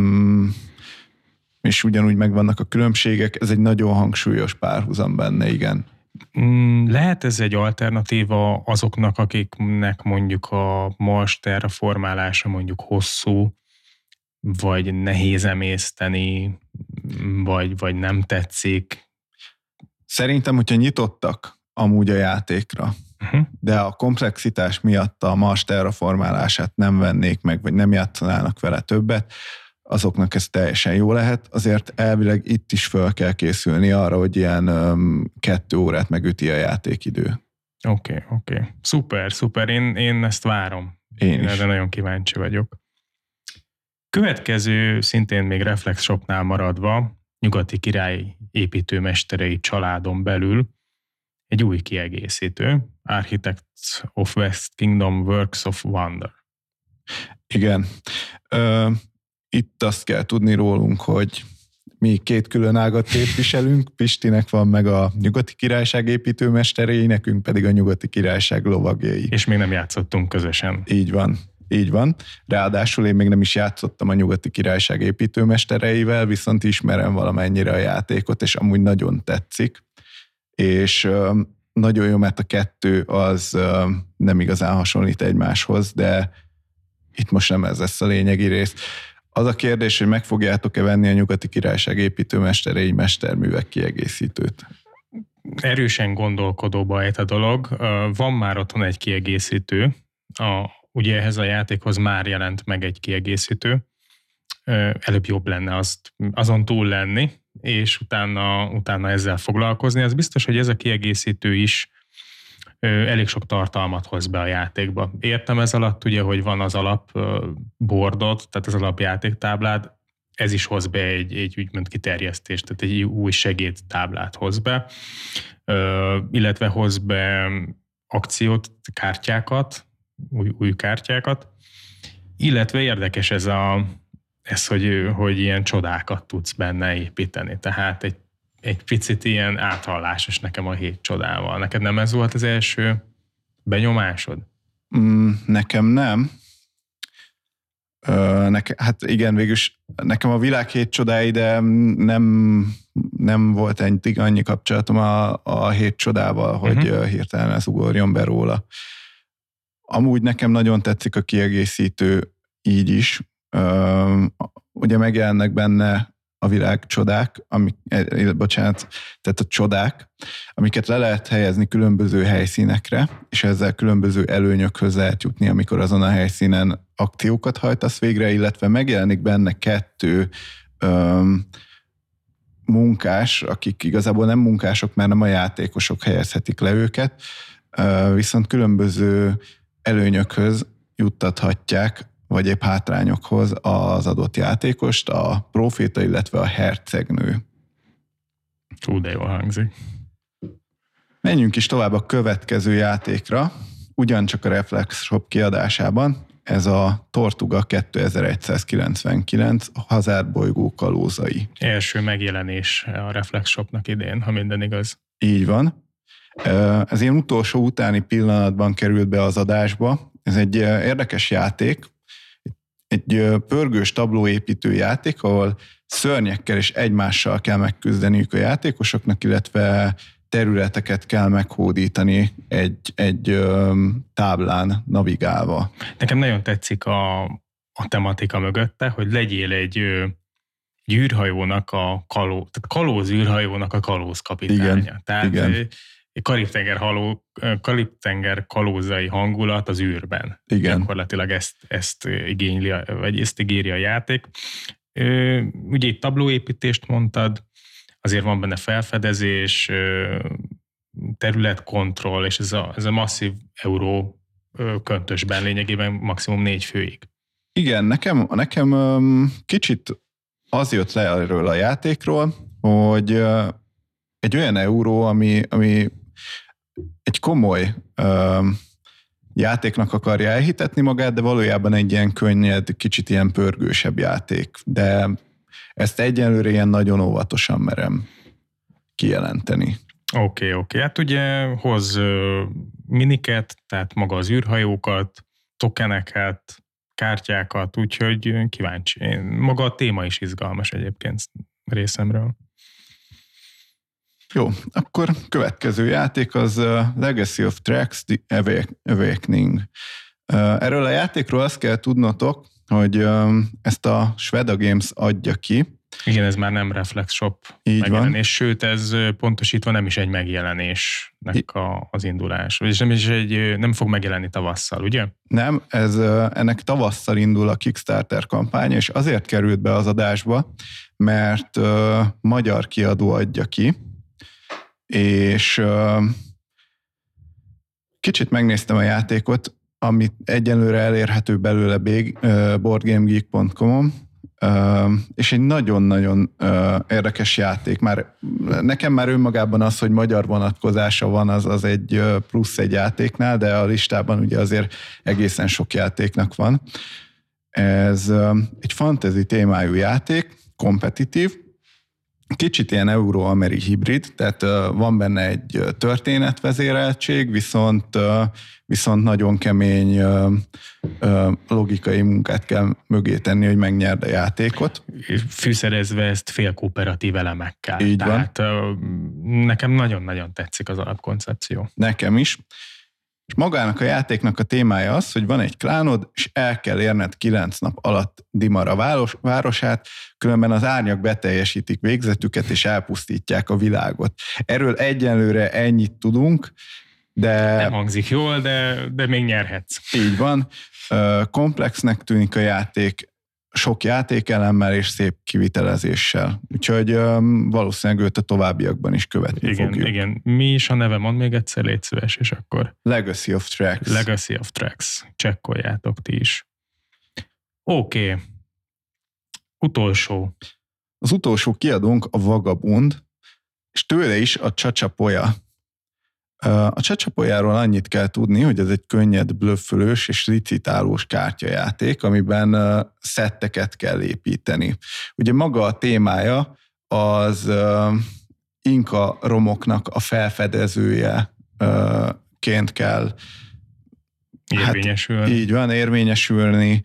és ugyanúgy megvannak a különbségek, ez egy nagyon hangsúlyos párhuzam benne, igen. Lehet ez egy alternatíva azoknak, akiknek mondjuk a Mars terraformálása mondjuk hosszú, vagy nehéz emészteni, vagy nem tetszik? Szerintem, hogyha nyitottak amúgy a játékra, de a komplexitás miatt a Mars terraformálását nem vennék meg, vagy nem játszanának vele többet, azoknak ez teljesen jó lehet. Azért elvileg itt is fel kell készülni arra, hogy ilyen 2 órát megüti a játékidő. Oké. Szuper. Én ezt várom. Én is. De nagyon kíváncsi vagyok. Következő, szintén még Reflex Shopnál maradva, Nyugati Király építőmesterei családon belül egy új kiegészítő, Architects of West Kingdom Works of Wonder. Igen. Itt azt kell tudni rólunk, hogy mi 2 külön ágat képviselünk, Pistinek van meg a Nyugati Királyság építőmesterei, nekünk pedig a Nyugati Királyság lovagjai. És még nem játszottunk közösen. Így van. Ráadásul én még nem is játszottam a Nyugati Királyság építőmestereivel, viszont ismerem valamennyire a játékot, és amúgy nagyon tetszik. És nagyon jó, mert a 2 az nem igazán hasonlít egymáshoz, de itt most nem ez lesz a lényegi rész. Az a kérdés, hogy meg fogjátok-e venni a Nyugati Királyság építőmesterei mesterművek kiegészítőt? Erősen gondolkodóba ejt a dolog. Van már otthon egy kiegészítő. Ugye ehhez a játékhoz már jelent meg egy kiegészítő. Előbb jobb lenne azon túl lenni, és utána ezzel foglalkozni. Az biztos, hogy ez a kiegészítő is elég sok tartalmat hoz be a játékba. Értem ez alatt ugye, hogy van az alapbordod, tehát az alapjátéktáblád, ez is hoz be egy úgymond kiterjesztést, tehát egy új segédtáblát hoz be, illetve hoz be akciót, kártyákat, új kártyákat, illetve érdekes ez, hogy ilyen csodákat tudsz benne építeni, tehát egy picit ilyen áthallásos nekem a 7 csodával. Neked nem ez volt az első benyomásod? Nekem nem. Hát igen, végülis nekem a világ 7 csodái, de nem volt annyi kapcsolatom a 7 csodával, hogy hirtelen ez ugorjon be róla. Amúgy nekem nagyon tetszik a kiegészítő így is. Ugye megjelennek benne a világ csodák, tehát a csodák, amiket le lehet helyezni különböző helyszínekre, és ezzel különböző előnyökhöz lehet jutni, amikor azon a helyszínen akciókat hajtasz végre, illetve megjelenik benne 2 munkás, akik igazából nem munkások, mert nem a játékosok helyezhetik le őket, viszont különböző előnyökhöz juttathatják, vagy épp hátrányokhoz az adott játékost, a próféta, illetve a hercegnő. De jól hangzik. Menjünk is tovább a következő játékra, ugyancsak a Reflex Shop kiadásában, ez a Tortuga 2199 Hazard bolygó kalózai. Első megjelenés a Reflex Shopnak idén, ha minden igaz. Így van. Ez ilyen utolsó utáni pillanatban került be az adásba. Ez egy érdekes játék, egy pörgős tablóépítő játék, ahol szörnyekkel és egymással kell megküzdeniük a játékosoknak, illetve területeket kell meghódítani egy táblán navigálva. Nekem nagyon tetszik a tematika mögötte, hogy legyél egy űrhajónak tehát kalóz űrhajónak a kalózkapitánya. Igen, tehát igen. Karib-tenger kalózai hangulat az űrben. Igen. Gyakorlatilag ezt igényli, vagy ezt ígéri a játék. Ugye itt tablóépítést mondtad, azért van benne felfedezés, területkontroll, és ez a masszív euró köntösben lényegében maximum 4 főig. Igen, nekem kicsit az jött le erről a játékról, hogy egy olyan euró, ami egy komoly játéknak akarja elhitetni magát, de valójában egy ilyen könnyed, kicsit ilyen pörgősebb játék. De ezt egyenlőre ilyen nagyon óvatosan merem kijelenteni. Oké. Hát ugye hoz miniket, tehát maga az űrhajókat, tokeneket, kártyákat, úgyhogy kíváncsi. Maga a téma is izgalmas egyébként részemről. Jó, akkor következő játék az Legacy of Tracks, The Awakening. Erről a játékról azt kell tudnotok, hogy ezt a Sveda Games adja ki. Igen, ez már nem Reflex Shop Így megjelenés, van. sőt, ez pontosítva nem is egy megjelenésnek az indulás. És nem fog megjelenni tavasszal, ugye? Nem, ennek tavasszal indul a Kickstarter kampánya, és azért került be az adásba, mert magyar kiadó adja ki, és kicsit megnéztem a játékot, amit egyenlőre elérhető belőle boardgamegeek.com-on, és egy nagyon-nagyon érdekes játék. Nekem már önmagában az, hogy magyar vonatkozása van, az egy plusz egy játéknál, de a listában ugye azért egészen sok játéknak van. Ez egy fantasy témájú játék, kompetitív, kicsit ilyen euró-ameri hibrid, tehát van benne egy történetvezéreltség, viszont nagyon kemény logikai munkát kell mögé tenni, hogy megnyerd a játékot. Fűszerezve ezt félkooperatív elemekkel. Így Tehát nekem nagyon-nagyon tetszik az alapkoncepció. Nekem is. És magának a játéknak a témája az, hogy van egy klánod, és el kell érned 9 nap alatt Dimara városát, különben az árnyak beteljesítik végzetüket, és elpusztítják a világot. Erről egyenlőre ennyit tudunk, de... Nem hangzik jól, de még nyerhetsz. Így van. Komplexnek tűnik a játék, sok játékelemmel és szép kivitelezéssel. Úgyhogy valószínűleg őt a továbbiakban is követni fogjuk. Igen. Mi is a neve? Mondd még egyszer, légy szíves, és akkor... Legacy of Tracks. Legacy of Tracks. Csekkoljátok ti is. Oké. Utolsó. Az utolsó kiadónk a Vagabond, és tőle is a Csacsapolya. A Csacsapoljáról annyit kell tudni, hogy ez egy könnyed, blöffölős és licitálós kártyajáték, amiben szetteket kell építeni. Ugye maga a témája az inka romoknak a felfedezőjeként kell érvényesülni. Így van, érvényesülni,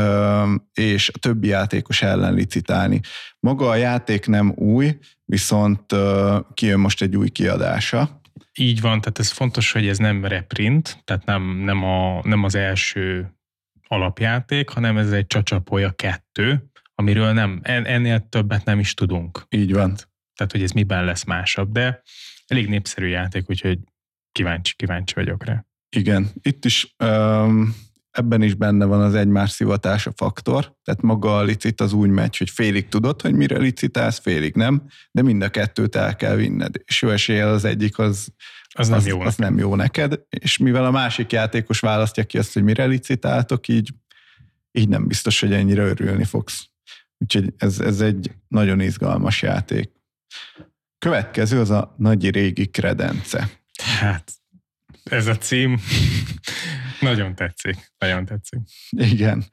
és a többi játékos ellen licitálni. Maga a játék nem új, viszont kijön most egy új kiadása. Így van, tehát ez fontos, hogy ez nem reprint, tehát nem az első alapjáték, hanem ez egy Csacsapolya 2, amiről ennél többet nem is tudunk. Így van. Tehát, hogy ez miben lesz másabb, de elég népszerű játék, úgyhogy kíváncsi vagyok rá. Igen, itt is ebben is benne van az egymás szivatása faktor, tehát maga a licit az úgy megy, hogy félig tudod, hogy mire licitálsz, félig nem, de mind a kettőt el kell vinned, és jó eséllyel az egyik az nem jó neked, és mivel a másik játékos választja ki azt, hogy mire licitáltok, így nem biztos, hogy ennyire örülni fogsz. Úgyhogy ez egy nagyon izgalmas játék. Következő az a Nagy régi kredence. Hát, ez a cím nagyon tetszik. Igen.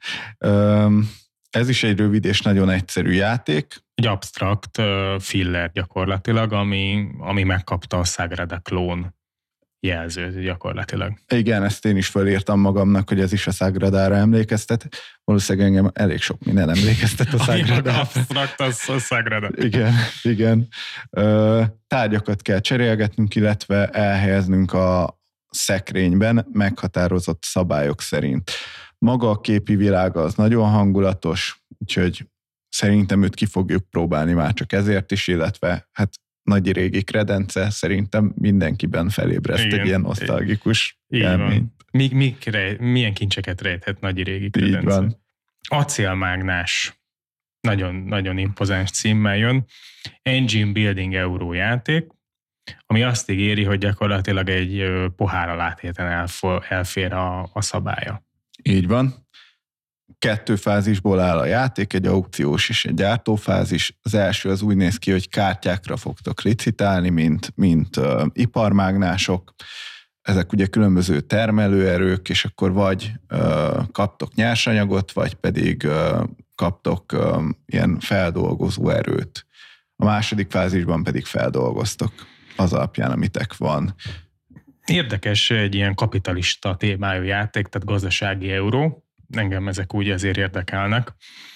Ez is egy rövid és nagyon egyszerű játék. Egy absztrakt filler gyakorlatilag, ami megkapta a Sagrada Clone jelzőt gyakorlatilag. Igen, ezt én is felírtam magamnak, hogy ez is a Sagradára emlékeztet. Valószínűleg engem elég sok minden emlékeztet a Sagradára. Absztrakt, az a Sagrada. Igen. Tárgyakat kell cserélgetnünk, illetve elhelyeznünk a szekrényben meghatározott szabályok szerint. Maga a képi világa az nagyon hangulatos, úgyhogy szerintem őt ki fogjuk próbálni már csak ezért is, illetve hát Nagy régi kredence szerintem mindenkiben felébreszt egy ilyen nosztalgikus élményt. Milyen kincseket rejthet Nagy régi kredence? Így van. Acélmágnás. Nagyon, nagyon impozáns címmel jön. Engine Building Euró játék, ami azt ígéri, hogy gyakorlatilag egy pohár alátéten elfér a szabálya. Így van. 2 fázisból áll a játék, egy aukciós és egy gyártófázis. Az első az úgy néz ki, hogy kártyákra fogtok licitálni, mint iparmágnások. Ezek ugye különböző termelőerők, és akkor vagy kaptok nyersanyagot, vagy pedig kaptok ilyen feldolgozó erőt. A második fázisban pedig feldolgoztok. az alapján, amitek van. Érdekes egy ilyen kapitalista témájú játék, tehát gazdasági euró. Engem ezek úgy ezért érdekelnek.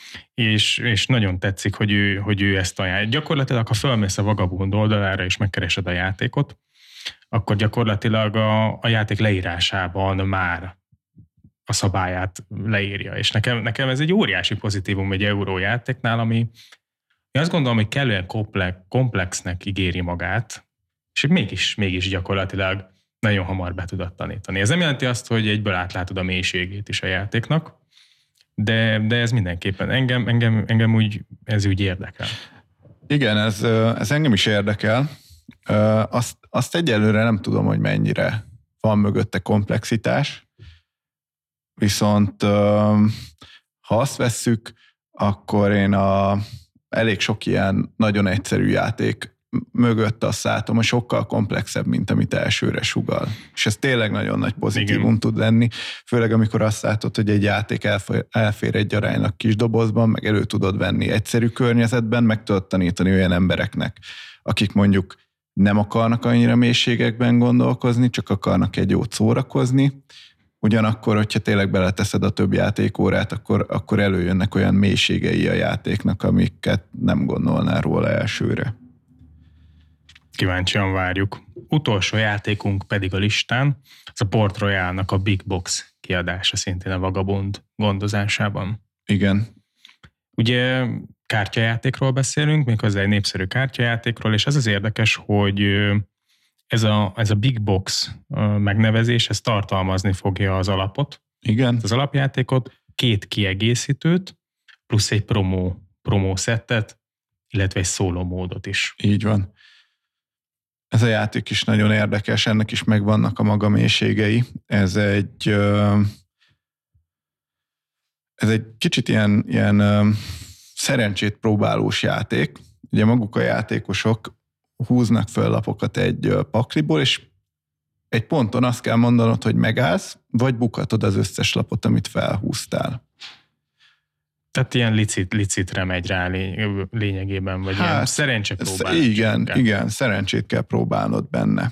És nagyon tetszik, hogy ő ezt ajánlja. Gyakorlatilag, ha fölmész a Vagabond oldalára és megkeresed a játékot, akkor gyakorlatilag a játék leírásában már a szabályát leírja. És nekem ez egy óriási pozitívum egy eurójátéknál, ami azt gondolom, hogy kellően komplexnek ígéri magát, és mégis gyakorlatilag nagyon hamar be tudod tanítani. Ez nem jelenti azt, hogy egyből átlátod a mélységét is a játéknak, de ez mindenképpen engem ez úgy érdekel. Igen, ez engem is érdekel. Azt egyelőre nem tudom, hogy mennyire van mögötte komplexitás, viszont ha azt vesszük, akkor én elég sok ilyen nagyon egyszerű játék mögött azt látom, hogy sokkal komplexebb, mint amit elsőre sugall. És ez tényleg nagyon nagy pozitívum tud lenni, főleg amikor azt látod, hogy egy játék elfér egy aránylag kis dobozban, meg elő tudod venni egyszerű környezetben, meg tudod tanítani olyan embereknek, akik mondjuk nem akarnak annyira mélységekben gondolkozni, csak akarnak egy jót szórakozni. Ugyanakkor, hogyha tényleg beleteszed a több játékórát, akkor előjönnek olyan mélységei a játéknak, amiket nem gondolnál róla elsőre. Kíváncsian várjuk. Utolsó játékunk pedig a listán, az a Port Royale-nak a Big Box kiadása, szintén a Vagabond gondozásában. Igen. Ugye kártyajátékról beszélünk, méghozzá egy népszerű kártyajátékról, és az érdekes, hogy ez a Big Box megnevezés, ez tartalmazni fogja az alapot. Igen. Az alapjátékot, 2 kiegészítőt, plusz egy promó szettet, illetve egy szóló módot is. Így van. Ez a játék is nagyon érdekes, ennek is megvannak a maga mélységei. Ez egy kicsit ilyen szerencsét próbálós játék. Ugye maguk a játékosok húznak föl lapokat egy pakliból, és egy ponton azt kell mondanod, hogy megállsz, vagy bukhatod az összes lapot, amit felhúztál. Tehát ilyen licitre megy rá lényegében, vagy ilyen szerencsepróbálás. Igen, szerencsét kell próbálnod benne.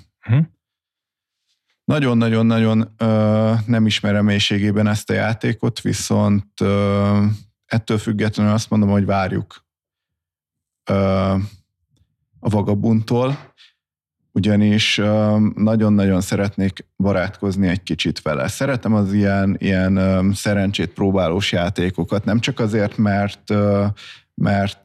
Nagyon-nagyon-nagyon nem ismerem mélységében ezt a játékot, viszont ettől függetlenül azt mondom, hogy várjuk a Vagabundtól, ugyanis nagyon-nagyon szeretnék barátkozni egy kicsit vele. Szeretem az ilyen szerencsét próbálós játékokat, nem csak azért, mert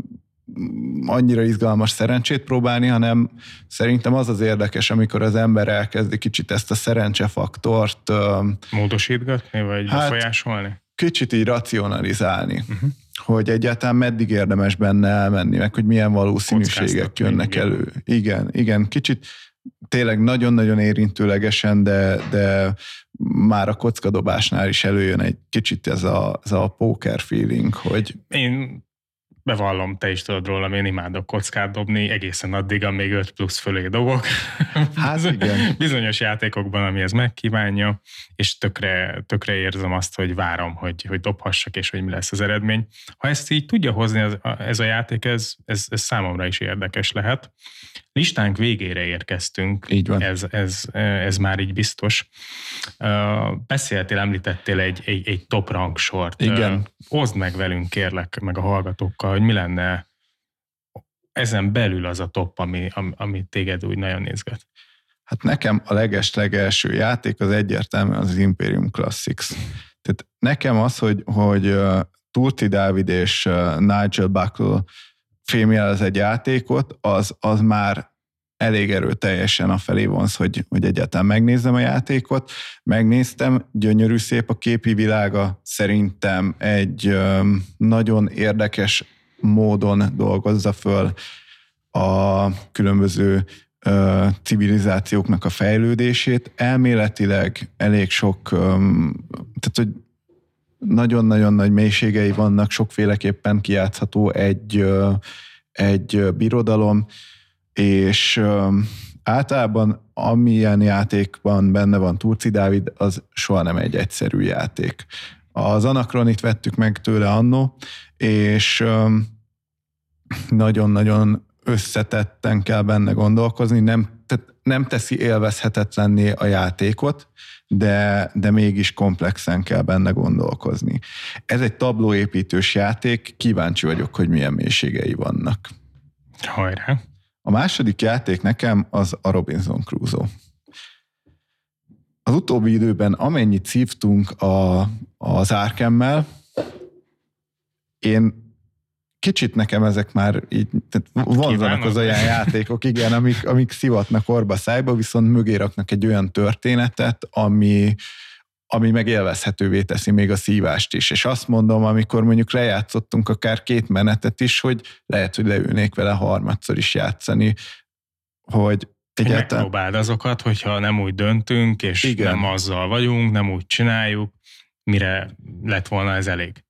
annyira izgalmas szerencsét próbálni, hanem szerintem az érdekes, amikor az ember elkezdi kicsit ezt a szerencsefaktort módosítgatni, vagy befolyásolni? Kicsit így racionalizálni. Hogy egyáltalán meddig érdemes benne elmenni, meg hogy milyen valószínűségek jönnek elő. Igen, kicsit tényleg nagyon-nagyon érintőlegesen, de már a kockadobásnál is előjön egy kicsit ez a poker feeling, hogy... Én bevallom, te is tudod rólam, én imádok kockát dobni, egészen addig, amíg 5 plusz fölé dobok. Hát igen. Bizonyos játékokban, ami ez megkívánja, és tökre érzem azt, hogy várom, hogy dobhassak, és hogy mi lesz az eredmény. Ha ezt így tudja hozni ez a játék, ez számomra is érdekes lehet. Listánk végére érkeztünk. Így van. Ez már így biztos. Említettél egy top rangsort. Igen. Oszd meg velünk, kérlek, meg a hallgatókkal, hogy mi lenne ezen belül az a top, ami téged úgy nagyon nézget. Hát nekem a legelső játék az egyértelműen az Imperium Classics. Tehát nekem az, hogy Turti Dávid és Nigel Buckle fémjelez egy játékot, az már elég erőteljesen afelé vonz, hogy egyáltalán megnézzem a játékot. Megnéztem, gyönyörű szép a képi világa, szerintem egy nagyon érdekes módon dolgozza föl a különböző civilizációknak a fejlődését. Elméletileg elég sok, tehát hogy nagyon-nagyon nagy mélységei vannak, sokféleképpen kijátszható egy birodalom, és általában amilyen játékban benne van Turci Dávid, az soha nem egy egyszerű játék. Az Anachronit vettük meg tőle annó, és nagyon-nagyon összetetten kell benne gondolkozni, nem teszi élvezhetetlenné a játékot, de mégis komplexen kell benne gondolkozni. Ez egy tablóépítős játék, kíváncsi vagyok, hogy milyen mélységei vannak. Hajrá! A második játék nekem az a Robinson Crusoe. Az utóbbi időben amennyit szívtunk az Arkham-mel, én kicsit nekem ezek már így vonzanak az olyan játékok, igen, amik szivatnak orba szájba, viszont mögé raknak egy olyan történetet, ami meg élvezhetővé teszi még a szívást is. És azt mondom, amikor mondjuk lejátszottunk akár 2 menetet is, hogy lehet, hogy leülnék vele harmadszor is játszani, hogy egyáltalán... Megpróbáld azokat, hogyha nem úgy döntünk, és igen, nem azzal vagyunk, nem úgy csináljuk, mire lett volna ez elég.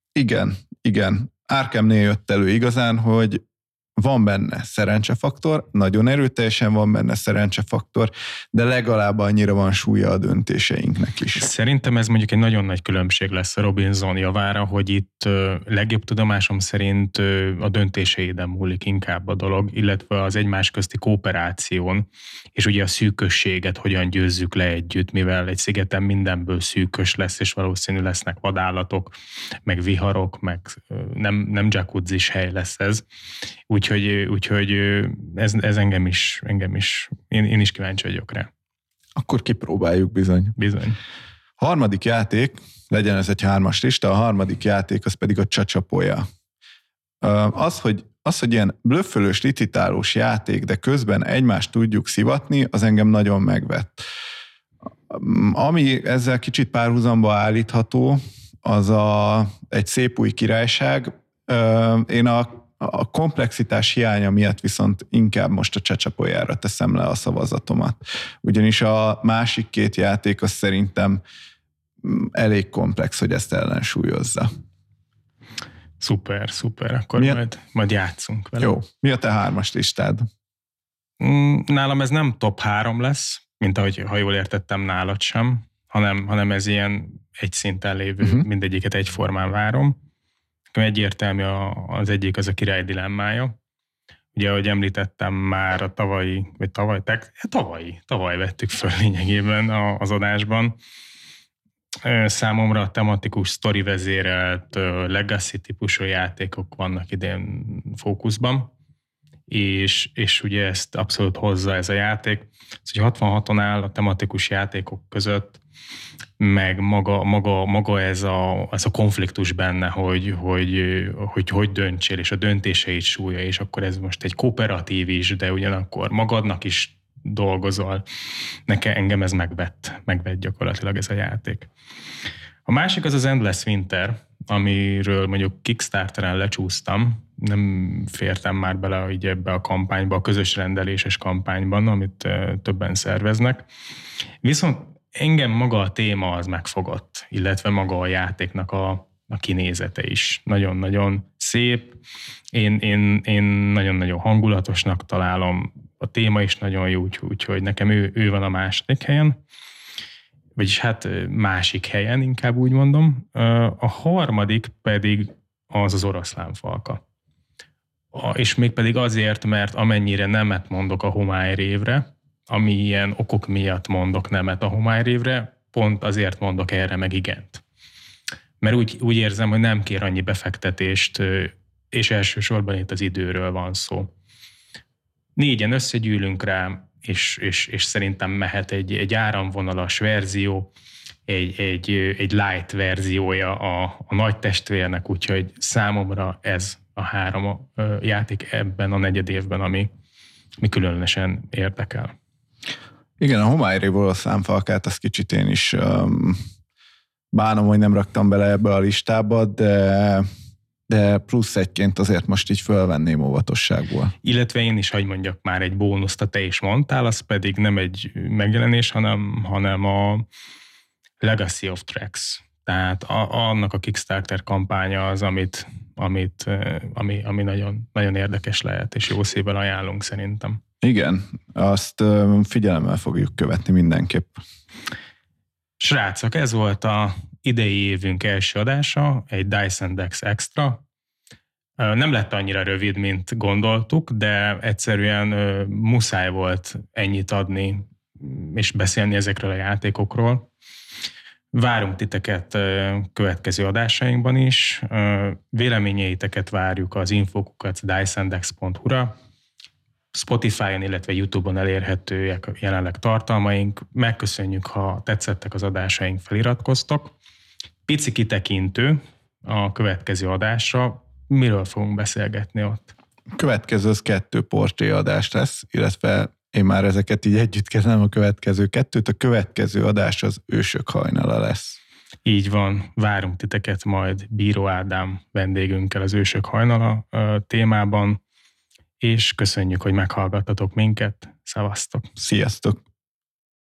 Igen. Arkhamnél jött elő igazán, hogy van benne szerencsefaktor, nagyon erőteljesen van benne szerencsefaktor, de legalább annyira van súlya a döntéseinknek is. Szerintem ez mondjuk egy nagyon nagy különbség lesz a Robinson javára, hogy itt legjobb tudomásom szerint a döntéseiden múlik inkább a dolog, illetve az egymás közti kooperáción, és ugye a szűkösséget hogyan győzzük le együtt, mivel egy szigeten mindenből szűkös lesz, és valószínű lesznek vadállatok, meg viharok, meg nem jacuzzis hely lesz ez. Úgyhogy ez engem is én is kíváncsi vagyok rá. Akkor kipróbáljuk bizony. Harmadik játék, legyen ez egy 3-as lista, a harmadik játék az pedig a Csacsapolya. Az, hogy ilyen blöffölős, licitálós játék, de közben egymást tudjuk szivatni, az engem nagyon megvett. Ami ezzel kicsit párhuzamba állítható, az egy szép új királyság. Én a komplexitás hiánya miatt viszont inkább most a Csacsapolyára teszem le a szavazatomat. Ugyanis a másik 2 játék az szerintem elég komplex, hogy ezt ellensúlyozza. Szuper. Akkor majd játszunk vele. Jó. Mi a te 3-as listád? Nálam ez nem top 3 lesz, mint ahogy, ha jól értettem, nálad sem, hanem ez ilyen egy szinten lévő, mindegyiket egyformán várom. Egyértelmű az egyik, az a Király dilemmája. Ugye, ahogy említettem már a tavaly vettük föl lényegében az adásban. Számomra a tematikus sztori vezérelt legacy típusú játékok vannak idén fókuszban, és ugye ezt abszolút hozza ez a játék. Szóval 66-on áll a tematikus játékok között, meg maga ez a konfliktus benne, hogy döntsél, és a döntéseit súlya, és akkor ez most egy kooperatív is, de ugyanakkor magadnak is dolgozol. Engem ez megvett gyakorlatilag ez a játék. A másik az Endless Winter, amiről mondjuk Kickstarteren lecsúsztam, nem fértem már bele így ebbe a kampányba, a közös rendeléses kampányban, amit többen szerveznek. Viszont engem maga a téma az megfogott, illetve maga a játéknak a kinézete is. Nagyon-nagyon szép. Én nagyon-nagyon hangulatosnak találom. A téma is nagyon jó, úgyhogy nekem ő van a második helyen. Vagyis hát másik helyen, inkább úgy mondom. A harmadik pedig az Oroszlánfalka. És mégpedig azért, mert amennyire nemet mondok a homályrévre, ami ilyen okok miatt mondok nemet a homályrévre, pont azért mondok erre meg igent. Mert úgy érzem, hogy nem kér annyi befektetést, és elsősorban itt az időről van szó. 4-en összegyűlünk rá, és szerintem mehet egy áramvonalas verzió, egy light verziója a nagy testvérnek, úgyhogy számomra ez a 3 játék ebben a negyedévben, ami különösen érdekel. Igen, a homályrév Oroszlánfalkát azt kicsit én is bánom, hogy nem raktam bele ebbe a listába, de plusz egyként azért most így fölvenném óvatosságból. Illetve én is, hogy mondjak már egy bónuszt, te is mondtál, az pedig nem egy megjelenés, hanem a Legacy of Tracks. Tehát annak a Kickstarter kampánya az, ami nagyon, nagyon érdekes lehet, és jó szívvel ajánlunk szerintem. Igen, azt figyelemmel fogjuk követni mindenképp. Srácok, ez volt a idei évünk első adása, egy Dice & Decks Extra. Nem lett annyira rövid, mint gondoltuk, de egyszerűen muszáj volt ennyit adni, és beszélni ezekről a játékokról. Várunk titeket következő adásainkban is. Véleményeiteket várjuk az info@dicendex.hu-ra. Spotify-on, illetve YouTube-on elérhetőek jelenleg tartalmaink. Megköszönjük, ha tetszettek az adásaink, feliratkoztok. Pici kitekintő a következő adásra. Miről fogunk beszélgetni ott? A következő az 2 portré adás lesz, illetve én már ezeket így együtt kezdem a következő 2-t. A következő adás az Ősök hajnala lesz. Így van, várunk titeket majd Bíró Ádám vendégünkkel az Ősök hajnala témában, és köszönjük, hogy meghallgattatok minket. Szevasztok! Sziasztok!